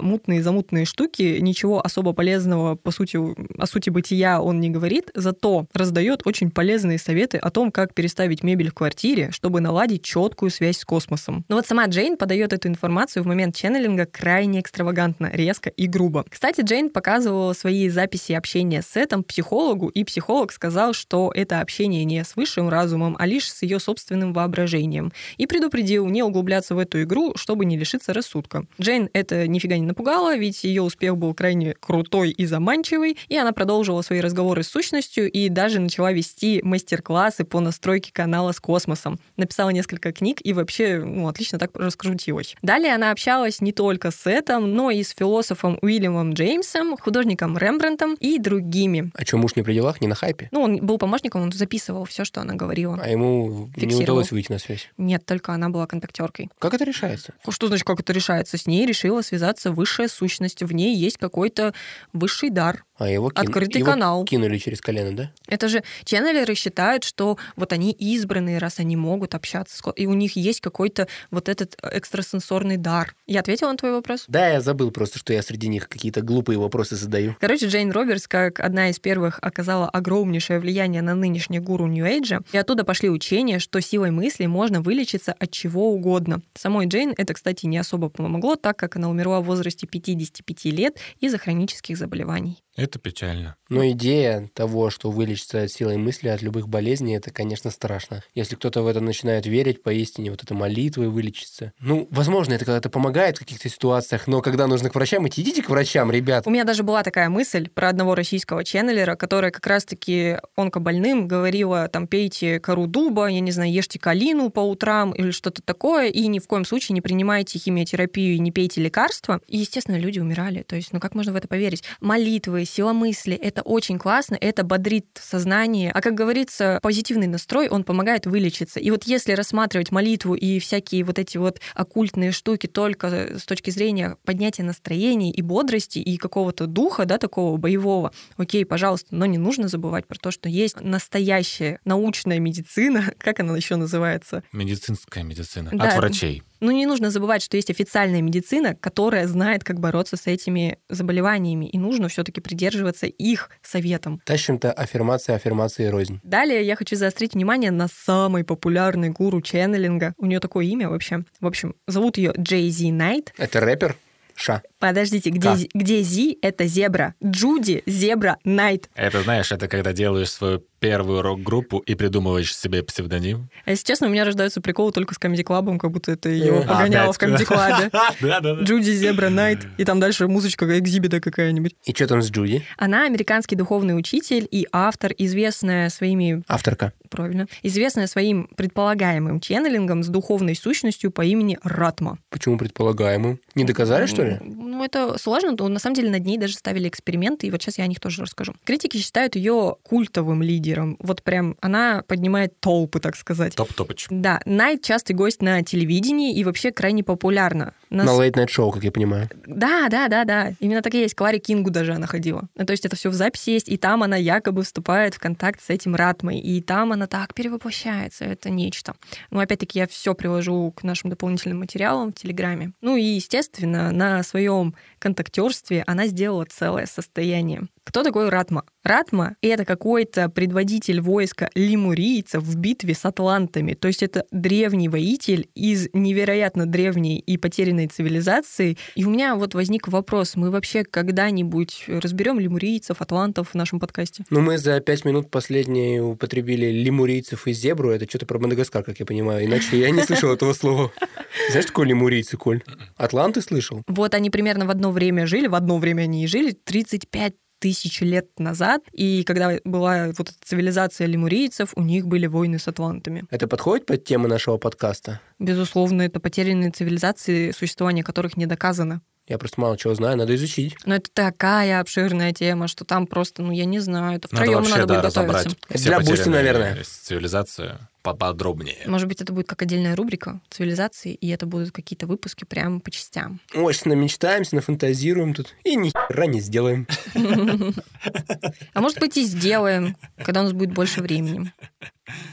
замутные штуки, ничего особо полезного, по сути, о сути бытия он не говорит, зато раздает очень полезные советы о том, как переставить мебель в квартире, чтобы наладить четкую связь с космосом. Но вот сама Джейн подает эту информацию в момент ченнелинга крайне экстравагантно, резко и грубо. Кстати, Джейн показывала свои записи общения с Сетом психологу, и психолог сказал, что это общение не с высшим разумом, а лишь с ее собственным воображением. И предупредил не углубляться в эту игру, чтобы не лишиться рассудка. Джейн это нифига не напугало, ведь ее успех был крайне крутой и заманчивый, и она продолжила свои разговоры с сущностью и даже начала вести мастер-классы по настройке канала с космосом. Написала несколько книг и вообще ну, отлично так раскрутилась. Далее она общалась не только с Сетом, но и с философом Уильямом Джеймсом, художником Рембрандтом и другими. А что, муж не при делах, не на хайпе? Ну, он был помощником, он записывал все, что она говорила. А ему не удалось выйти на связь? Нет, только она была контактеркой. Как это решается? Что значит, как это решается? С ней решила связаться высшая сущность. В ней есть какой-то высший дар. А его, кин... Открытый его канал. кинули через колено, да? Это же ченнелеры считают, что вот они избранные, раз они могут общаться, с... и у них есть какой-то вот этот экстрасенсорный дар. Я ответила на твой вопрос? Да, я забыл просто, что я среди них какие-то глупые вопросы задаю. Короче, Джейн Робертс, как одна из первых, оказала огромнейшее влияние на нынешних гуру Нью-Эйджа, и оттуда пошли учения, что силой мысли можно вылечиться от чего угодно. Самой Джейн это, кстати, не особо помогло, так как она умерла в возрасте пятидесяти пяти лет из-за хронических заболеваний. Это печально. Но идея того, что вылечиться от силой мысли, от любых болезней, это, конечно, страшно. Если кто-то в это начинает верить, поистине, вот эта молитва и вылечиться. Ну, возможно, это когда-то помогает в каких-то ситуациях, но когда нужно к врачам идти, идите к врачам, ребят. У меня даже была такая мысль про одного российского ченнелера, которая как раз-таки онкобольным говорила, там, пейте кору дуба, я не знаю, ешьте калину по утрам или что-то такое, и ни в коем случае не принимайте химиотерапию и не пейте лекарства. И, естественно, люди умирали. То есть, ну как можно в это поверить? Молитвы, сила мысли — это очень классно, это бодрит сознание. А как говорится, позитивный настрой, он помогает вылечиться. И вот если рассматривать молитву и всякие вот эти вот оккультные штуки только с точки зрения поднятия настроения и бодрости, и какого-то духа, да, такого боевого, окей, пожалуйста, но не нужно забывать про то, что есть настоящая научная медицина, как она еще называется? Медицинская медицина. Да. От врачей. Ну, не нужно забывать, что есть официальная медицина, которая знает, как бороться с этими заболеваниями, и нужно все-таки придерживаться их советам. Тащим-то аффирмация, аффирмации рознь. Далее я хочу заострить внимание на самой популярной гуру ченнелинга. У нее такое имя вообще. В общем, зовут ее Джей Зи Найт. Это рэпер? Ша. Подождите, где, К. где Зи — это зебра. Джуди, зебра, Найт. Это, знаешь, это когда делаешь свою первую рок-группу и придумываешь себе псевдоним. А если честно, у меня рождаются приколы только с Comedy Club'ом, как будто это его А, погоняло в Comedy Club'е. Да-да-да. Джуди, зебра, Найт. И там дальше музычка экзибита какая-нибудь. И что там с Джуди? Она американский духовный учитель и автор, известная своими... Авторка. Правильно. Известная своим предполагаемым ченнелингом с духовной сущностью по имени Ратма. Почему предполагаемым? Не доказали, что ли? Ну, это сложно, но на самом деле над ней даже ставили эксперименты, и вот сейчас я о них тоже расскажу. Критики считают ее культовым лидером. Вот прям она поднимает толпы, так сказать. Топ-топыч. Да, Найт частый гость на телевидении и вообще крайне популярна. На лейт-найт-шоу, как я понимаю. Да, да, да, да. Именно так и есть. К Ларе Кингу даже она ходила. Ну, то есть это все в записи есть, и там она якобы вступает в контакт с этим Ратмой, и там она так перевоплощается. Это нечто. Но опять-таки я все приложу к нашим дополнительным материалам в Телеграме. Ну и, естественно, на своем контактерстве она сделала целое состояние. Кто такой Ратма? Ратма — это какой-то предводитель войска лемурийцев в битве с атлантами. То есть это древний воитель из невероятно древней и потерянной цивилизации. И у меня вот возник вопрос, мы вообще когда-нибудь разберем лемурийцев, атлантов в нашем подкасте? Ну, мы за пять минут последние употребили лемурийцев и зебру. Это что-то про Мадагаскар, как я понимаю. Иначе я не слышал этого слова. Знаешь, что такое лемурийцы, Коль? Атланты слышал? Вот они примерно в одно время жили, в одно время они и жили, тридцать пять тысяч лет назад, и когда была вот эта цивилизация лемурийцев, у них были войны с атлантами. Это подходит под тему нашего подкаста? Безусловно, это потерянные цивилизации, существование которых не доказано. Я просто мало чего знаю, надо изучить. Но это такая обширная тема, что там просто, ну, я не знаю, это Надо втроем вообще, надо да, будет разобрать готовиться. Это все для Бусти, потерянные наверное. цивилизации поподробнее. Может быть, это будет как отдельная рубрика цивилизации, и это будут какие-то выпуски прямо по частям. Очень намечтаемся, нафантазируем тут, и ни хера не сделаем. А может быть, и сделаем, когда у нас будет больше времени.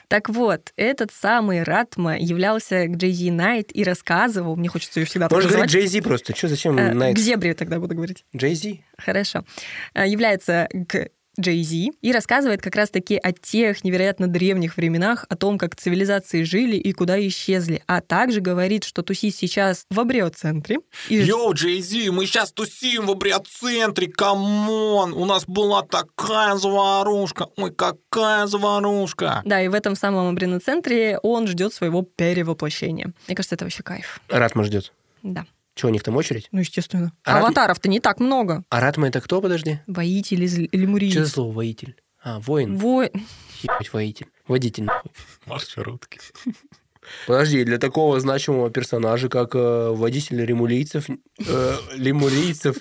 Так вот, этот самый Ратма являлся к Джей Зи Найт и рассказывал, мне хочется ее всегда так Можно называть. говорить Джей Зи просто. Что, зачем Э, Найт? К зебре тогда буду говорить. Джей Зи? Хорошо. Э, Является к Джей Зи и рассказывает как раз-таки о тех невероятно древних временах, о том, как цивилизации жили и куда исчезли, а также говорит, что тусить сейчас в абриоцентре. И... Йоу, Джей Зи, мы сейчас тусим в абриоцентре, камон! У нас была такая заварушка, ой, какая заварушка! Да, и в этом самом абриоцентре он ждет своего перевоплощения. Мне кажется, это вообще кайф. Ратма ждет. Да. Что, у них там очередь? Ну, естественно. А Рат- Аватаров-то не так много. А Ратма это кто, подожди? Воитель из лемуриец. Что за слово воитель? А, воин. Во... Ебать, воитель. Водитель, нахуй. Маршрутки. Подожди, для такого значимого персонажа, как э, водитель ремулийцев, э, лемурийцев,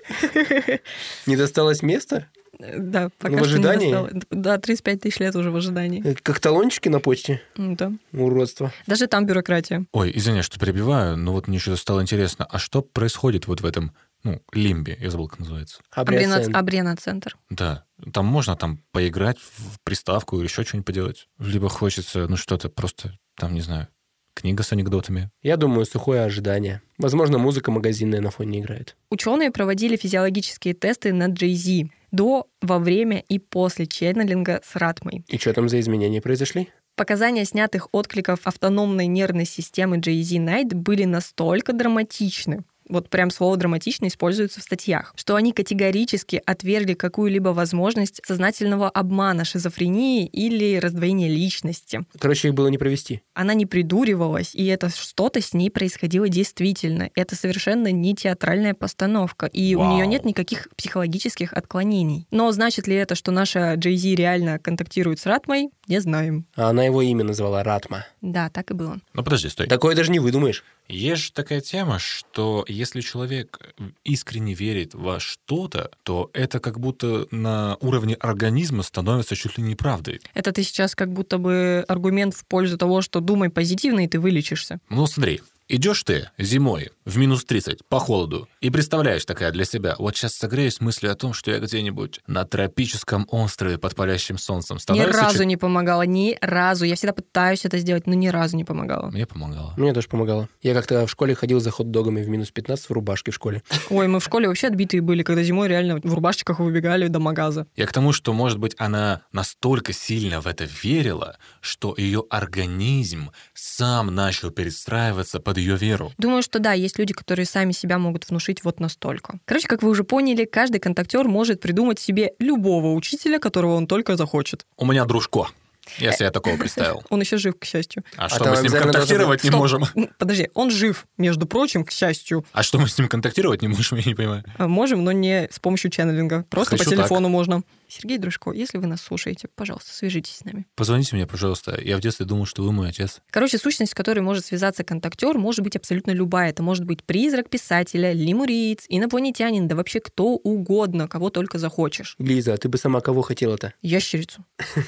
не досталось места? Да, пока В что не ожидании? достало. Да, тридцать пять тысяч лет уже в ожидании. Э, Как талончики на почте? Ну да. Уродство. Даже там бюрократия. Ой, извини, что перебиваю, но вот мне что-то стало интересно, а что происходит вот в этом, ну, лимбе, я забыл, как называется? Абриоцен. Абрена-центр. Да, там можно там поиграть в приставку или еще что-нибудь поделать. Либо хочется, ну, что-то просто, там, не знаю, книга с анекдотами. Я думаю, сухое ожидание. Возможно, музыка магазинная на фоне играет. Ученые проводили физиологические тесты над Джей Зи до, во время и после ченнелинга с Ратмой. И что там за изменения произошли? Показания снятых откликов автономной нервной системы Джей Зи Найт были настолько драматичны, вот прям слово «драматично» используется в статьях, что они категорически отвергли какую-либо возможность сознательного обмана, шизофрении или раздвоения личности. Короче, их было не провести. Она не придуривалась, и это что-то с ней происходило действительно. Это совершенно не театральная постановка, и Вау. у нее нет никаких психологических отклонений. Но значит ли это, что наша Джей Зи реально контактирует с Ратмой? Не знаем. А она его имя назвала Ратма. Да, так и было. Ну, подожди, стой. Такое даже не выдумаешь. Есть же такая тема, что если человек искренне верит во что-то, то это как будто на уровне организма становится чуть ли не правдой. Это ты сейчас как будто бы аргумент в пользу того, что думай позитивно, и ты вылечишься. Ну, смотри, идешь ты зимой в минус тридцать по холоду и представляешь такая для себя, вот сейчас согреюсь мыслью о том, что я где-нибудь на тропическом острове под палящим солнцем. Ни Становится разу чуть- не помогала, ни разу. Я всегда пытаюсь это сделать, но ни разу не помогала. Мне помогало. Мне тоже помогало. Я как-то в школе ходил за хот-догами в минус пятнадцать в рубашке в школе. Ой, мы в школе вообще отбитые были, когда зимой реально в рубашечках выбегали до магаза. Я к тому, что, может быть, она настолько сильно в это верила, что ее организм сам начал перестраиваться под ее веру. Думаю, что да, есть люди, которые сами себя могут внушить вот настолько. Короче, как вы уже поняли, каждый контактер может придумать себе любого учителя, которого он только захочет. У меня дружко. Я себе такого представил. Он еще жив, к счастью. А А что, там мы с ним обязательно контактировать не Стоп. можем? Подожди, он жив, между прочим, к счастью. А что, мы с ним контактировать не можем, я не понимаю. А Можем, но не с помощью ченнелинга. Просто Хочу по телефону можно. Сергей Дружко, если вы нас слушаете, пожалуйста, свяжитесь с нами. Позвоните мне, пожалуйста. Я в детстве думал, что вы мой отец. Короче, сущность, с которой может связаться контактер, может быть абсолютно любая. Это может быть призрак писателя, лемуриец, инопланетянин, да вообще кто угодно, кого только захочешь. Лиза, а ты бы сама кого хотела-то? Ящерицу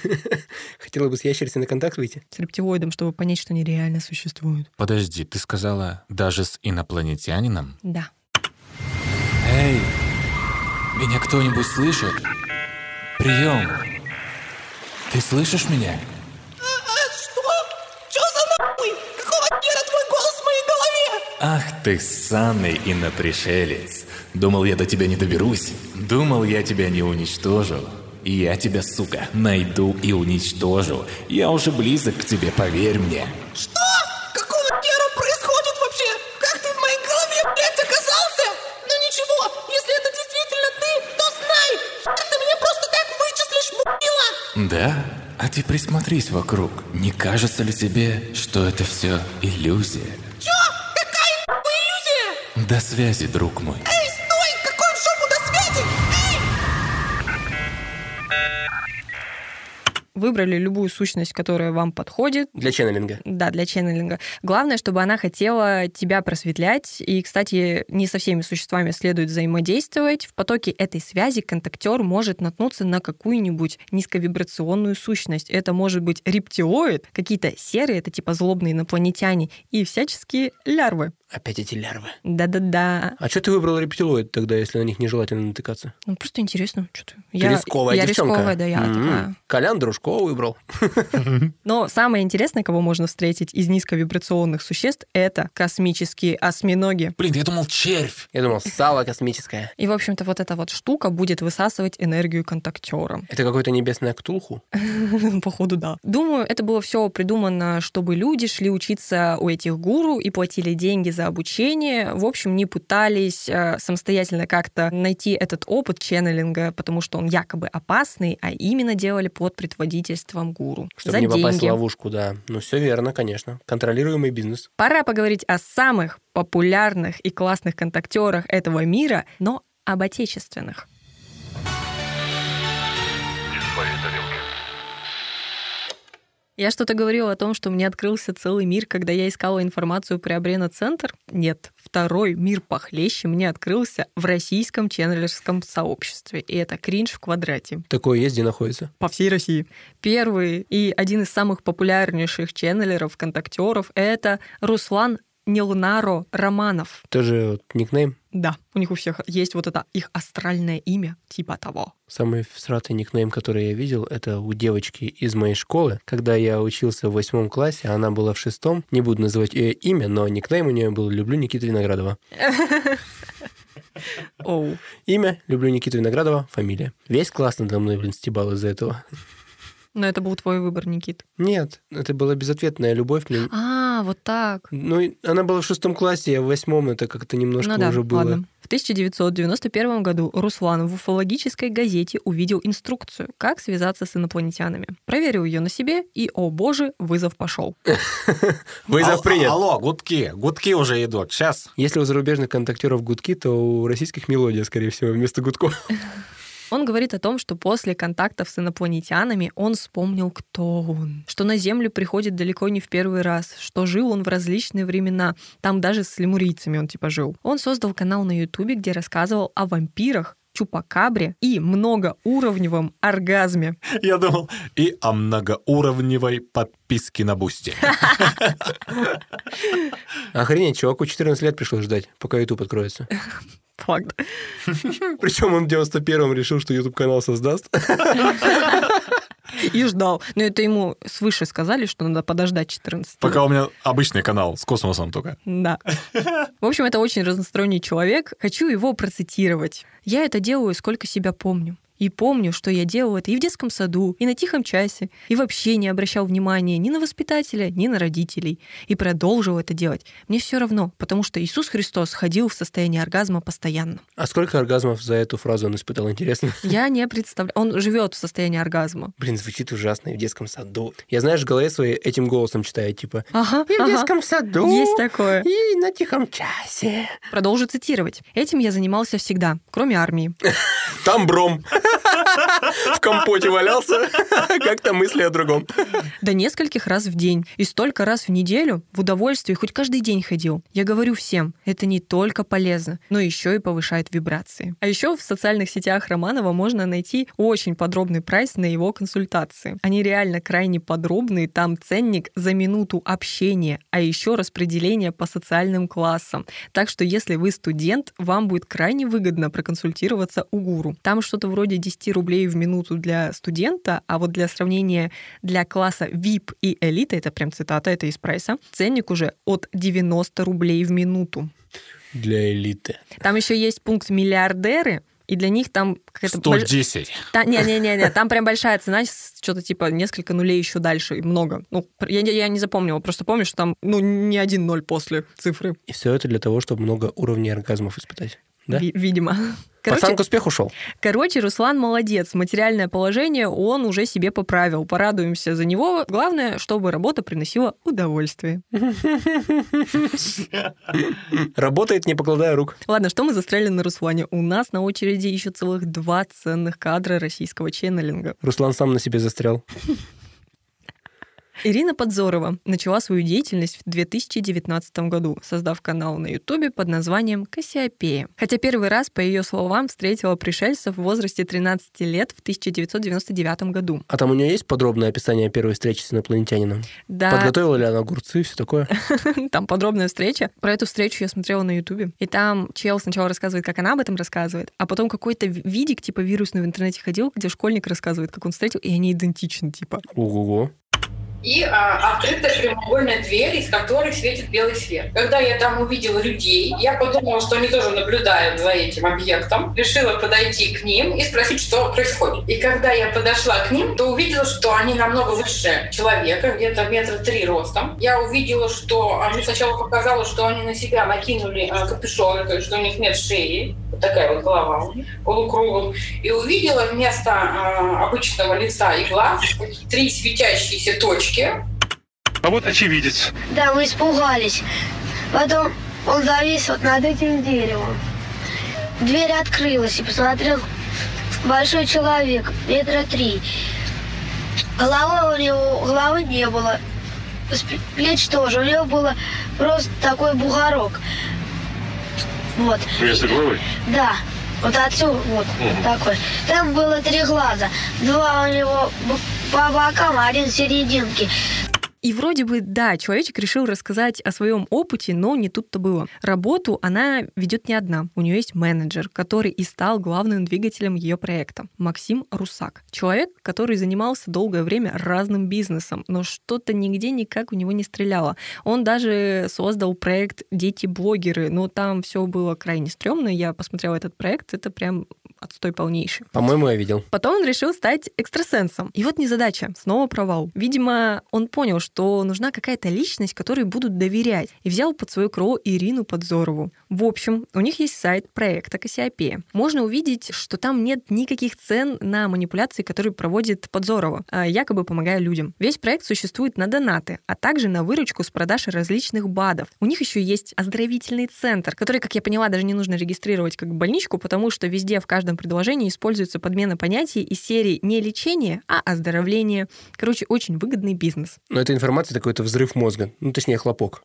Хотела бы с ящерицей на контакт выйти? с рептилоидом, чтобы понять, что они реально существуют. Подожди, ты сказала, даже с инопланетянином? Да. Эй, меня кто-нибудь слышит? Прием. Ты слышишь меня? Что? Чё за нахуй? Какого хера твой голос в моей голове? Ах ты, ссаный инопришелец. Думал, я до тебя не доберусь. Думал, я тебя не уничтожу. Я тебя, сука, найду и уничтожу. Я уже близок к тебе, поверь мне. Что? Какого хера происходит вообще? Как ты в моей голове, блядь, оказался? Ну ничего, если это действительно ты, то знай, хер ты меня просто так вычислишь, мудила. Да? А ты присмотрись вокруг. Не кажется ли тебе, что это все иллюзия? Чё? Какая нахуй иллюзия? До связи, друг мой. Эй, стой! Какой в жопу до связи? Эй! Выбрали любую сущность, которая вам подходит. Для ченнелинга. Да, для ченнелинга. Главное, чтобы она хотела тебя просветлять. И, кстати, не со всеми существами следует взаимодействовать. В потоке этой связи контактер может наткнуться на какую-нибудь низковибрационную сущность. Это может быть рептилоид, какие-то серые, это типа злобные инопланетяне, и всяческие лярвы. Опять эти лярвы. Да-да-да. А что ты выбрал рептилоид тогда, если на них нежелательно натыкаться? Ну, просто интересно, что-то. Ты Я, рисковая я девчонка. рисковая, да, я М-м. такая. Колян Дружко выбрал. Но самое интересное, кого можно встретить из низковибрационных существ, это космические осьминоги. Блин, я думал, червь. Я думал, сало космическое. И, в общем-то, вот эта вот штука будет высасывать энергию контактера. Это какой-то небесный Ктулху? Походу, да. Думаю, это было все придумано, чтобы люди шли учиться у этих гуру и платили деньги за обучение. В общем, не пытались э, самостоятельно как-то найти этот опыт ченнелинга, потому что он якобы опасный, а именно делали под предводительством гуру. Чтобы за не попасть деньги. в ловушку, да. Ну, все верно, конечно. Контролируемый бизнес. Пора поговорить о самых популярных и классных контактерах этого мира, но об отечественных. Я что-то говорила о том, что мне открылся целый мир, когда я искала информацию про Абрена-центр. Нет, второй мир похлеще мне открылся в российском ченнелерском сообществе. И это кринж в квадрате. Такое есть, где находится? По всей России. Первый и один из самых популярнейших ченнелеров, контактеров — это Руслан Нилнаро Романов. Тоже вот никнейм? Да, у них у всех есть вот это их астральное имя, типа того. Самый всратый никнейм, который я видел, это у девочки из моей школы. Когда я учился в восьмом классе, она была в шестом. Не буду называть ее имя, но никнейм у нее был «Люблю Никиту Виноградова». Оу. Имя «Люблю Никиту Виноградова», фамилия. Весь класс надо мной, блин, стебал из-за этого. Но это был твой выбор, Никит. Нет, это была безответная любовь. Мне... А, вот так. Ну, и она была в шестом классе, я в восьмом, это как-то немножко Ну да, уже было. ладно. В тысяча девятьсот девяносто первом году Руслан в уфологической газете увидел инструкцию, как связаться с инопланетянами. Проверил ее на себе, и, о боже, вызов пошел. Вызов Ал- принят. Алло, гудки, гудки уже идут. Сейчас. Если у зарубежных контактеров гудки, то у российских мелодия, скорее всего, вместо гудков. Он говорит о том, что после контактов с инопланетянами он вспомнил, кто он, что на Землю приходит далеко не в первый раз, что жил он в различные времена, там даже с лемурийцами он типа жил. Он создал канал на Ютубе, где рассказывал о вампирах, чупакабре и многоуровневом оргазме. Я думал, и о многоуровневой подписке на Бусти. Охренеть, чуваку четырнадцать лет пришлось ждать, пока YouTube откроется. Факт. Причем он в девяносто первом решил, что YouTube-канал создаст. И ждал. Но это ему свыше сказали, что надо подождать четырнадцать. Пока у меня обычный канал с космосом только. Да. В общем, это очень разносторонний человек. Хочу его процитировать. «Я это делаю, сколько себя помню. И помню, что я делал это и в детском саду, и на тихом часе, и вообще не обращал внимания ни на воспитателя, ни на родителей. И продолжил это делать. Мне все равно, потому что Иисус Христос ходил в состоянии оргазма постоянно». А сколько оргазмов за эту фразу он испытал, интересно? Я не представляю. Он живет в состоянии оргазма. Блин, звучит ужасно, и в детском саду. Я, знаешь, в голове своей этим голосом читаю, типа... Ага, И в ага. детском саду, Есть такое. и на тихом часе. Продолжу цитировать. «Этим я занимался всегда, кроме армии. Там бром. В компоте валялся. Как-то мысли о другом. До нескольких раз в день. И столько раз в неделю в удовольствие хоть каждый день ходил. Я говорю всем, это не только полезно, но еще и повышает вибрации». А еще в социальных сетях Романова можно найти очень подробный прайс на его консультации. Они реально крайне подробные. Там ценник за минуту общения, а еще распределение по социальным классам. Так что если вы студент, вам будет крайне выгодно проконсультироваться у гуру. Там что-то вроде десять рублей в минуту для студента, а вот для сравнения для класса ви ай пи и элита, это прям цитата, это из прайса, ценник уже от девяносто рублей в минуту. Для элиты. Там еще есть пункт «миллиардеры», и для них там какая-то... сто десять. Та- Не-не-не, там прям большая цена, что-то типа несколько нулей еще дальше, и много. Ну, я, я не запомнила, просто помню, что там ну, не один ноль после цифры. И все это для того, чтобы много уровней оргазмов испытать. Да? Ви- видимо. Пацан к успеху шел. Короче, Руслан молодец. Материальное положение он уже себе поправил. Порадуемся за него. Главное, чтобы работа приносила удовольствие. Работает, не покладая рук. Ладно, что мы застряли на Руслане? У нас на очереди еще целых два ценных кадра российского ченнелинга. Руслан сам на себе застрял. Ирина Подзорова начала свою деятельность в две тысячи девятнадцатом году, создав канал на Ютубе под названием «Кассиопея». Хотя первый раз, по ее словам, встретила пришельцев в возрасте тринадцати лет в тысяча девятьсот девяносто девятом году. А там у нее есть подробное описание первой встречи с инопланетянином? Да. Подготовила ли она огурцы и все такое? Там подробная встреча. Про эту встречу я смотрела на Ютубе. И там чел сначала рассказывает, как она об этом рассказывает, а потом какой-то видик, типа вирусный, в интернете ходил, где школьник рассказывает, как он встретил, и они идентичны, типа. Ого-го. И а, открытая прямоугольная дверь, из которой светит белый свет. Когда я там увидела людей, я подумала, что они тоже наблюдают за этим объектом. Решила подойти к ним и спросить, что происходит. И когда я подошла к ним, то увидела, что они намного выше человека, где-то метра три ростом. Я увидела, что... Мне сначала показалось, что они на себя накинули а, капюшоны, то есть что у них нет шеи. Вот такая вот голова у них, полукругом. И увидела вместо а, обычного лица и глаз три светящиеся точки. А вот очевидец. Да, мы испугались. Потом он завис вот над этим деревом. Дверь открылась, и посмотрел большой человек, метра три. Голова у него, головы не было. Плеч тоже. У него было просто такой бугорок. Вот. Вместо головы? Да. Вот отсюда, вот, угу. Такой. Там было три глаза. Два у него по бокам, а один в серединке. И вроде бы, да, человечек решил рассказать о своем опыте, но не тут-то было. Работу она ведет не одна. У нее есть менеджер, который и стал главным двигателем ее проекта. Максим Русак. Человек, который занимался долгое время разным бизнесом, но что-то нигде никак у него не стреляло. Он даже создал проект «Дети-блогеры», но там все было крайне стрёмно. Я посмотрела этот проект, это прям отстой полнейший. По-моему, я видел. Потом он решил стать экстрасенсом. И вот незадача, снова провал. Видимо, он понял, что нужна какая-то личность, которой будут доверять, и взял под свое крыло Ирину Подзорову. В общем, у них есть сайт проекта «Кассиопея». Можно увидеть, что там нет никаких цен на манипуляции, которые проводит Подзорова, якобы помогая людям. Весь проект существует на донаты, а также на выручку с продаж различных БАДов. У них еще есть оздоровительный центр, который, как я поняла, даже не нужно регистрировать как больничку, потому что везде в каждом предложении используется подмена понятий из серии не лечение, а оздоровление. Короче, очень выгодный бизнес. Но эта информация такой-то взрыв мозга. Ну, точнее, хлопок.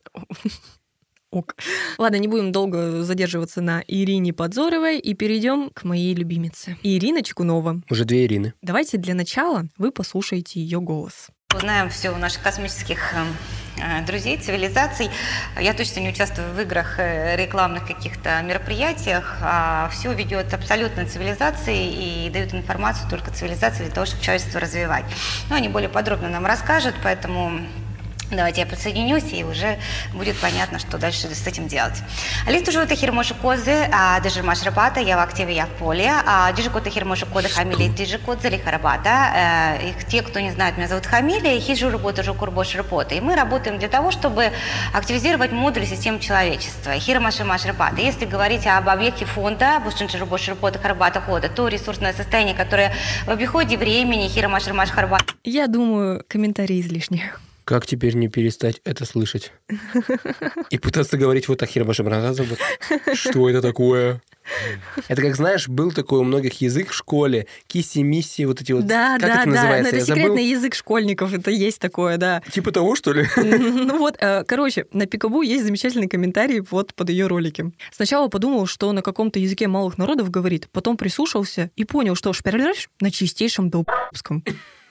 Ок. Ладно, не будем долго задерживаться на Ирине Подзоровой и перейдем к моей любимице. Ирина Чекунова. Уже две Ирины. Давайте для начала вы послушаете ее голос. Узнаем все у наших космических друзей, цивилизаций. Я точно не участвую в играх, рекламных каких-то мероприятиях. А все ведет абсолютно цивилизации и дают информацию только цивилизации для того, чтобы человечество развивать. Но они более подробно нам расскажут, поэтому... Давайте я подсоединюсь, и уже будет понятно, что дальше с этим делать. Листу живут хирмоши козы, даже маш рабата, я в активе, я в поле. Дижи коты хирмоши коды хамили, дижи кот зали харабата. Те, кто не знает, меня зовут Хамилия, хижу работа, жу курбош работа. И мы работаем для того, чтобы активизировать модуль системы человечества. Хирмоши маш рабата. Если говорить об объекте фонда, бушинчи рабош работа, харабата хода, то ресурсное состояние, которое в обиходе времени, хирмоши маш харабата. Я думаю, комментарии излишние. Как теперь не перестать это слышать? И пытаться говорить вот ахирбашем разазом. Что это такое? Это, как знаешь, был такой у многих язык в школе. Киси-миси, вот эти вот... Да, как да, это да. называется? Но это Я секретный забыл. язык школьников. Это есть такое, да. Типа того, что ли? Ну вот, короче, на Пикабу есть замечательный комментарий вот под ее ролики. Сначала подумал, что на каком-то языке малых народов говорит, потом прислушался и понял, что шперлёж на чистейшем долб***ском.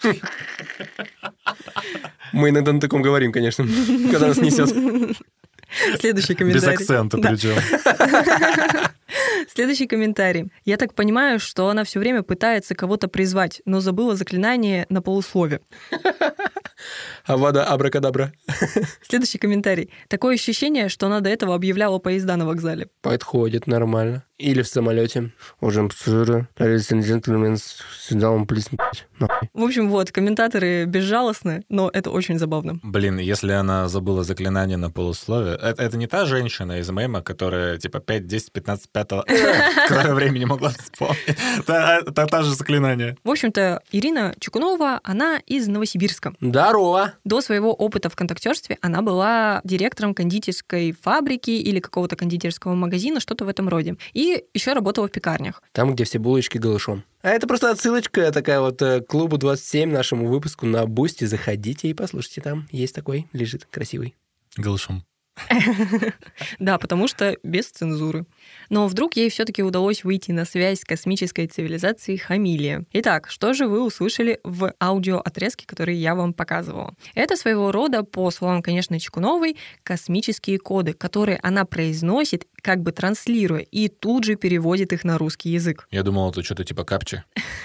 Мы иногда на таком говорим, конечно, когда нас несет. Следующий комментарий. Без акцента Да. причем. Следующий комментарий. Я так понимаю, что она все время пытается кого-то призвать, но забыла заклинание на полуслове. Авада абракадабра. Следующий комментарий. Такое ощущение, что она до этого объявляла поезда на вокзале. Подходит нормально. Или в самолете. Уже джентльмен сидал, плиз. В общем, вот, комментаторы безжалостны, но это очень забавно. Блин, если она забыла заклинание на полусловие, это, это не та женщина из мема, которая типа пять, десять, пятнадцать, пятого... Которое время не могла вспомнить. Та же заклинание. В общем-то, Ирина Чукунова, она из Новосибирска. Здорово! До своего опыта в контактерстве она была директором кондитерской фабрики или какого-то кондитерского магазина, что-то в этом роде. И еще работала в пекарнях. Там, где все булочки голышом. А это просто отсылочка такая вот к клубу двадцать семь, нашему выпуску на Бусти. Заходите и послушайте, там есть такой, лежит красивый. Голышом. Да, потому что без цензуры. Но вдруг ей все-таки удалось выйти на связь с космической цивилизацией Хамилия. Итак, что же вы услышали в аудиоотрезке, который я вам показывала? Это своего рода, по словам, конечно, Чукуновой, космические коды, которые она произносит, как бы транслируя, и тут же переводит их на русский язык. Я думал, это что-то типа капчи.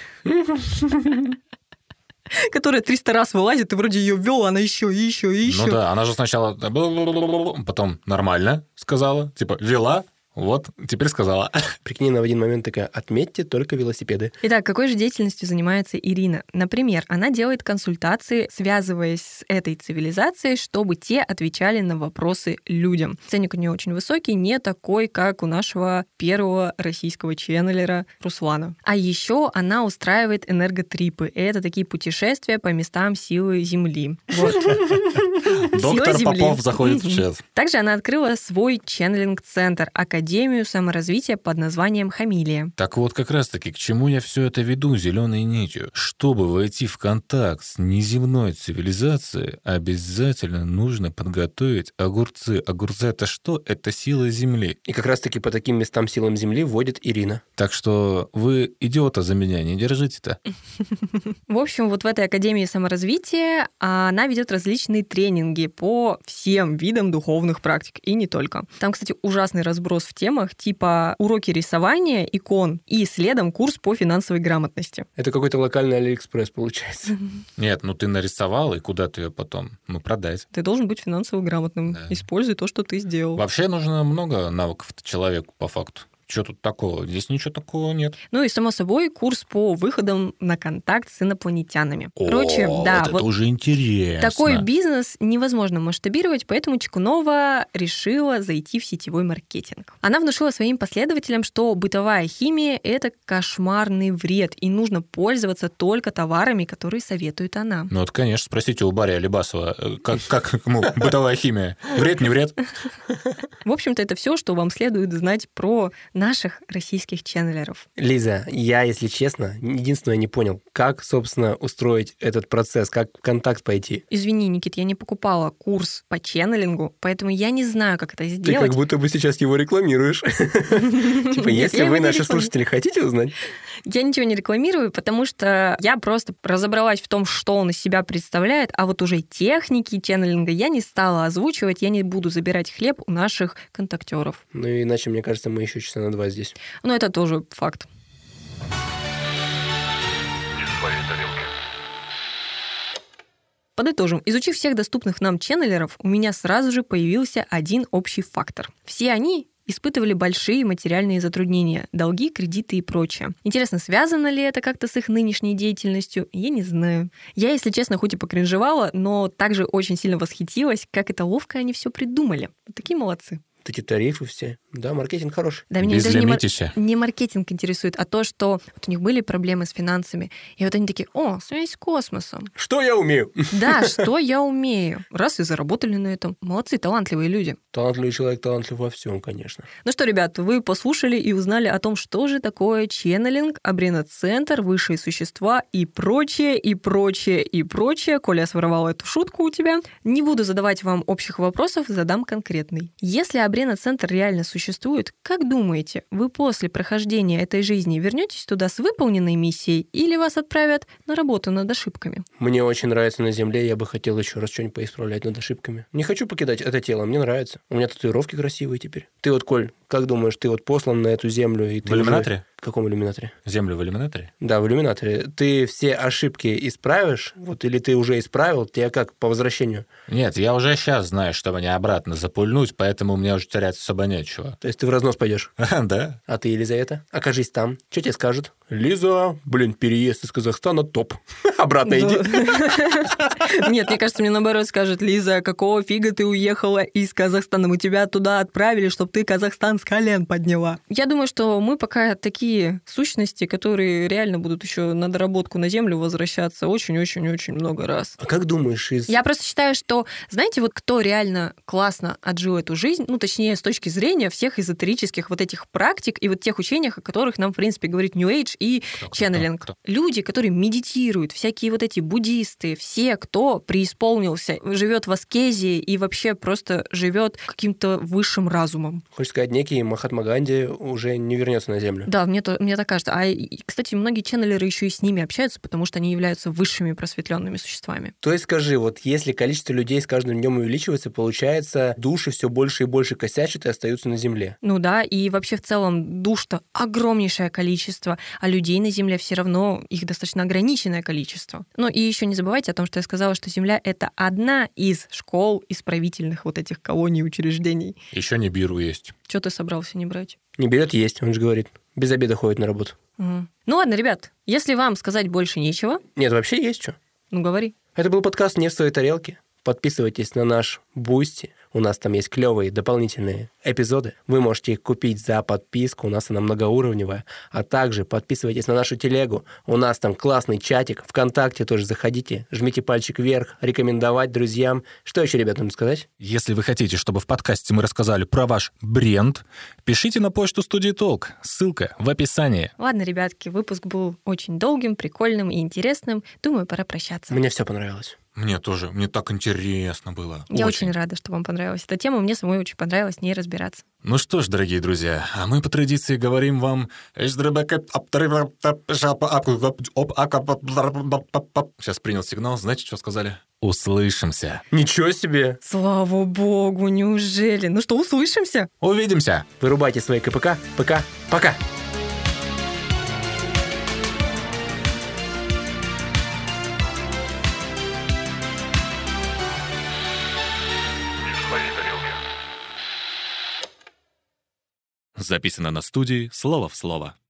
Которая триста раз вылазит, и вроде ее ввел, она еще, и еще, и еще. Ну да, она же сначала потом нормально сказала, типа вела, вот, теперь сказала. Прикинь, она в один момент такая: отметьте только велосипеды. Итак, какой же деятельностью занимается Ирина? Например, она делает консультации, связываясь с этой цивилизацией, чтобы те отвечали на вопросы людям. Ценник у нее очень высокий, не такой, как у нашего первого российского ченнелера Руслана. А еще она устраивает энерготрипы. Это такие путешествия по местам силы Земли. Доктор Попов заходит в чат. Также она открыла свой ченнелинг-центр, Академию саморазвития под названием Хамилия. Так вот, как раз-таки, к чему я все это веду зеленой нитью? Чтобы войти в контакт с неземной цивилизацией, обязательно нужно подготовить огурцы. Огурцы — это что? Это сила Земли. И как раз-таки по таким местам силам Земли вводит Ирина. Так что вы идиота за меня не держите-то. В общем, вот в этой Академии саморазвития она ведет различные тренинги по всем видам духовных практик, и не только. Там, кстати, ужасный разброс в темах, типа уроки рисования, икон, и следом курс по финансовой грамотности. Это какой-то локальный Алиэкспресс, получается. Нет, ну ты нарисовал, и куда ты ее потом? Ну, продать. Ты должен быть финансово грамотным. Да. Используй то, что ты сделал. Вообще нужно много навыков человеку, по факту. Что тут такого? Здесь ничего такого нет. Ну и, само собой, курс по выходам на контакт с инопланетянами. О, Короче, да, вот вот это уже интересно. Такой бизнес невозможно масштабировать, поэтому Чукунова решила зайти в сетевой маркетинг. Она внушила своим последователям, что бытовая химия — это кошмарный вред, и нужно пользоваться только товарами, которые советует она. Ну вот, конечно, спросите у Барри Алибасова, как, как ему бытовая химия? Вред, не вред? В общем-то, это все, что вам следует знать про наших российских ченнелеров. Лиза, я, если честно, единственное не понял, как, собственно, устроить этот процесс, как в контакт пойти. Извини, Никит, я не покупала курс по ченнелингу, поэтому я не знаю, как это сделать. Ты как будто бы сейчас его рекламируешь. Типа, если вы, наши слушатели, хотите узнать? Я ничего не рекламирую, потому что я просто разобралась в том, что он из себя представляет, а вот уже техники ченнелинга я не стала озвучивать, я не буду забирать хлеб у наших контактеров. Ну, иначе, мне кажется, мы еще часа на два здесь. Ну, это тоже факт. Подытожим. Изучив всех доступных нам ченнелеров, у меня сразу же появился один общий фактор. Все они испытывали большие материальные затруднения, долги, кредиты и прочее. Интересно, связано ли это как-то с их нынешней деятельностью? Я не знаю. Я, если честно, хоть и покринжевала, но также очень сильно восхитилась, как это ловко они все придумали. Вот такие молодцы. Эти тарифы все. Да, маркетинг хороший. Да, меня даже не, мар... не маркетинг интересует, а то, что вот у них были проблемы с финансами. И вот они такие: о, связь с космосом. Что я умею? Да, что я умею. Раз и заработали на этом. Молодцы, талантливые люди. Талантливый человек талантлив во всем, конечно. Ну что, ребят, вы послушали и узнали о том, что же такое ченнелинг, абрена-центр, высшие существа и прочее, и прочее, и прочее. Коля, я своровала эту шутку у тебя. Не буду задавать вам общих вопросов, задам конкретный. Если абрена-центр реально существует, как думаете, вы после прохождения этой жизни вернетесь туда с выполненной миссией или вас отправят на работу над ошибками? Мне очень нравится на Земле, я бы хотел еще раз что-нибудь поисправлять над ошибками. Не хочу покидать это тело, мне нравится. У меня татуировки красивые теперь. Ты вот, Коль, как думаешь, ты вот послан на эту Землю? И ты в иллюминаторе? В каком иллюминаторе? Землю в иллюминаторе? Да, в иллюминаторе. Ты все ошибки исправишь, вот, или ты уже исправил, тебя как по возвращению? Нет, я уже сейчас знаю, что мне обратно запульнуть, поэтому у меня уже терять особо нечего. То есть ты в разнос пойдешь? Да. А ты, Елизавета, окажись там. Что тебе скажут? Лиза, блин, переезд из Казахстана топ. Обратно иди. Нет, мне кажется, мне наоборот скажут: Лиза, какого фига ты уехала из Казахстана? Мы тебя туда отправили, чтобы ты Казахстан с колен подняла. Я думаю, что мы пока такие сущности, которые реально будут еще на доработку на Землю возвращаться очень-очень-очень много раз. А как думаешь, из... Я просто считаю, что, знаете, вот кто реально классно отжил эту жизнь, ну, точнее, с точки зрения всех эзотерических вот этих практик и вот тех учений, о которых нам, в принципе, говорит New Age и Кто, кто, ченнелинг. кто, кто? Люди, которые медитируют, всякие вот эти буддисты, все, кто преисполнился, живет в аскезе и вообще просто живет каким-то высшим разумом. Хочешь сказать, некий Махатма Ганди уже не вернется на Землю? Да, мне, то, мне так кажется. А, и, кстати, многие ченнелеры еще и с ними общаются, потому что они являются высшими просветленными существами. То есть скажи, вот если количество людей с каждым днем увеличивается, получается, души все больше и больше косячат и остаются на Земле. Ну да, и вообще в целом душ-то огромнейшее количество, а людей на Земле все равно их достаточно ограниченное количество. Ну и еще не забывайте о том, что я сказала, что Земля — это одна из школ исправительных вот этих колоний и учреждений. Еще не биру есть. Что ты собрался не брать? Не берет есть, он же говорит. Без обеда ходит на работу. Угу. Ну ладно, ребят, если вам сказать больше нечего... Нет, вообще есть что. Ну говори. Это был подкаст «Не в своей тарелке». Подписывайтесь на наш Бусти. У нас там есть клевые дополнительные эпизоды. Вы можете их купить за подписку. У нас она многоуровневая. А также подписывайтесь на нашу телегу. У нас там классный чатик. ВКонтакте тоже заходите. Жмите пальчик вверх. Рекомендовать друзьям. Что еще, ребята, нужно сказать? Если вы хотите, чтобы в подкасте мы рассказали про ваш бренд, пишите на почту студии Толк. Ссылка в описании. Ладно, ребятки, выпуск был очень долгим, прикольным и интересным. Думаю, пора прощаться. Мне все понравилось. Мне тоже. Мне так интересно было. Я очень. очень рада, что вам понравилась эта тема. Мне самой очень понравилось в ней разбираться. Ну что ж, дорогие друзья, а мы по традиции говорим вам... Сейчас принял сигнал. Знаете, что сказали? Услышимся. Ничего себе! Слава богу, неужели? Ну что, услышимся? Увидимся. Вырубайте свои КПК. ПК. Пока. Записано на студии «Слово в слово».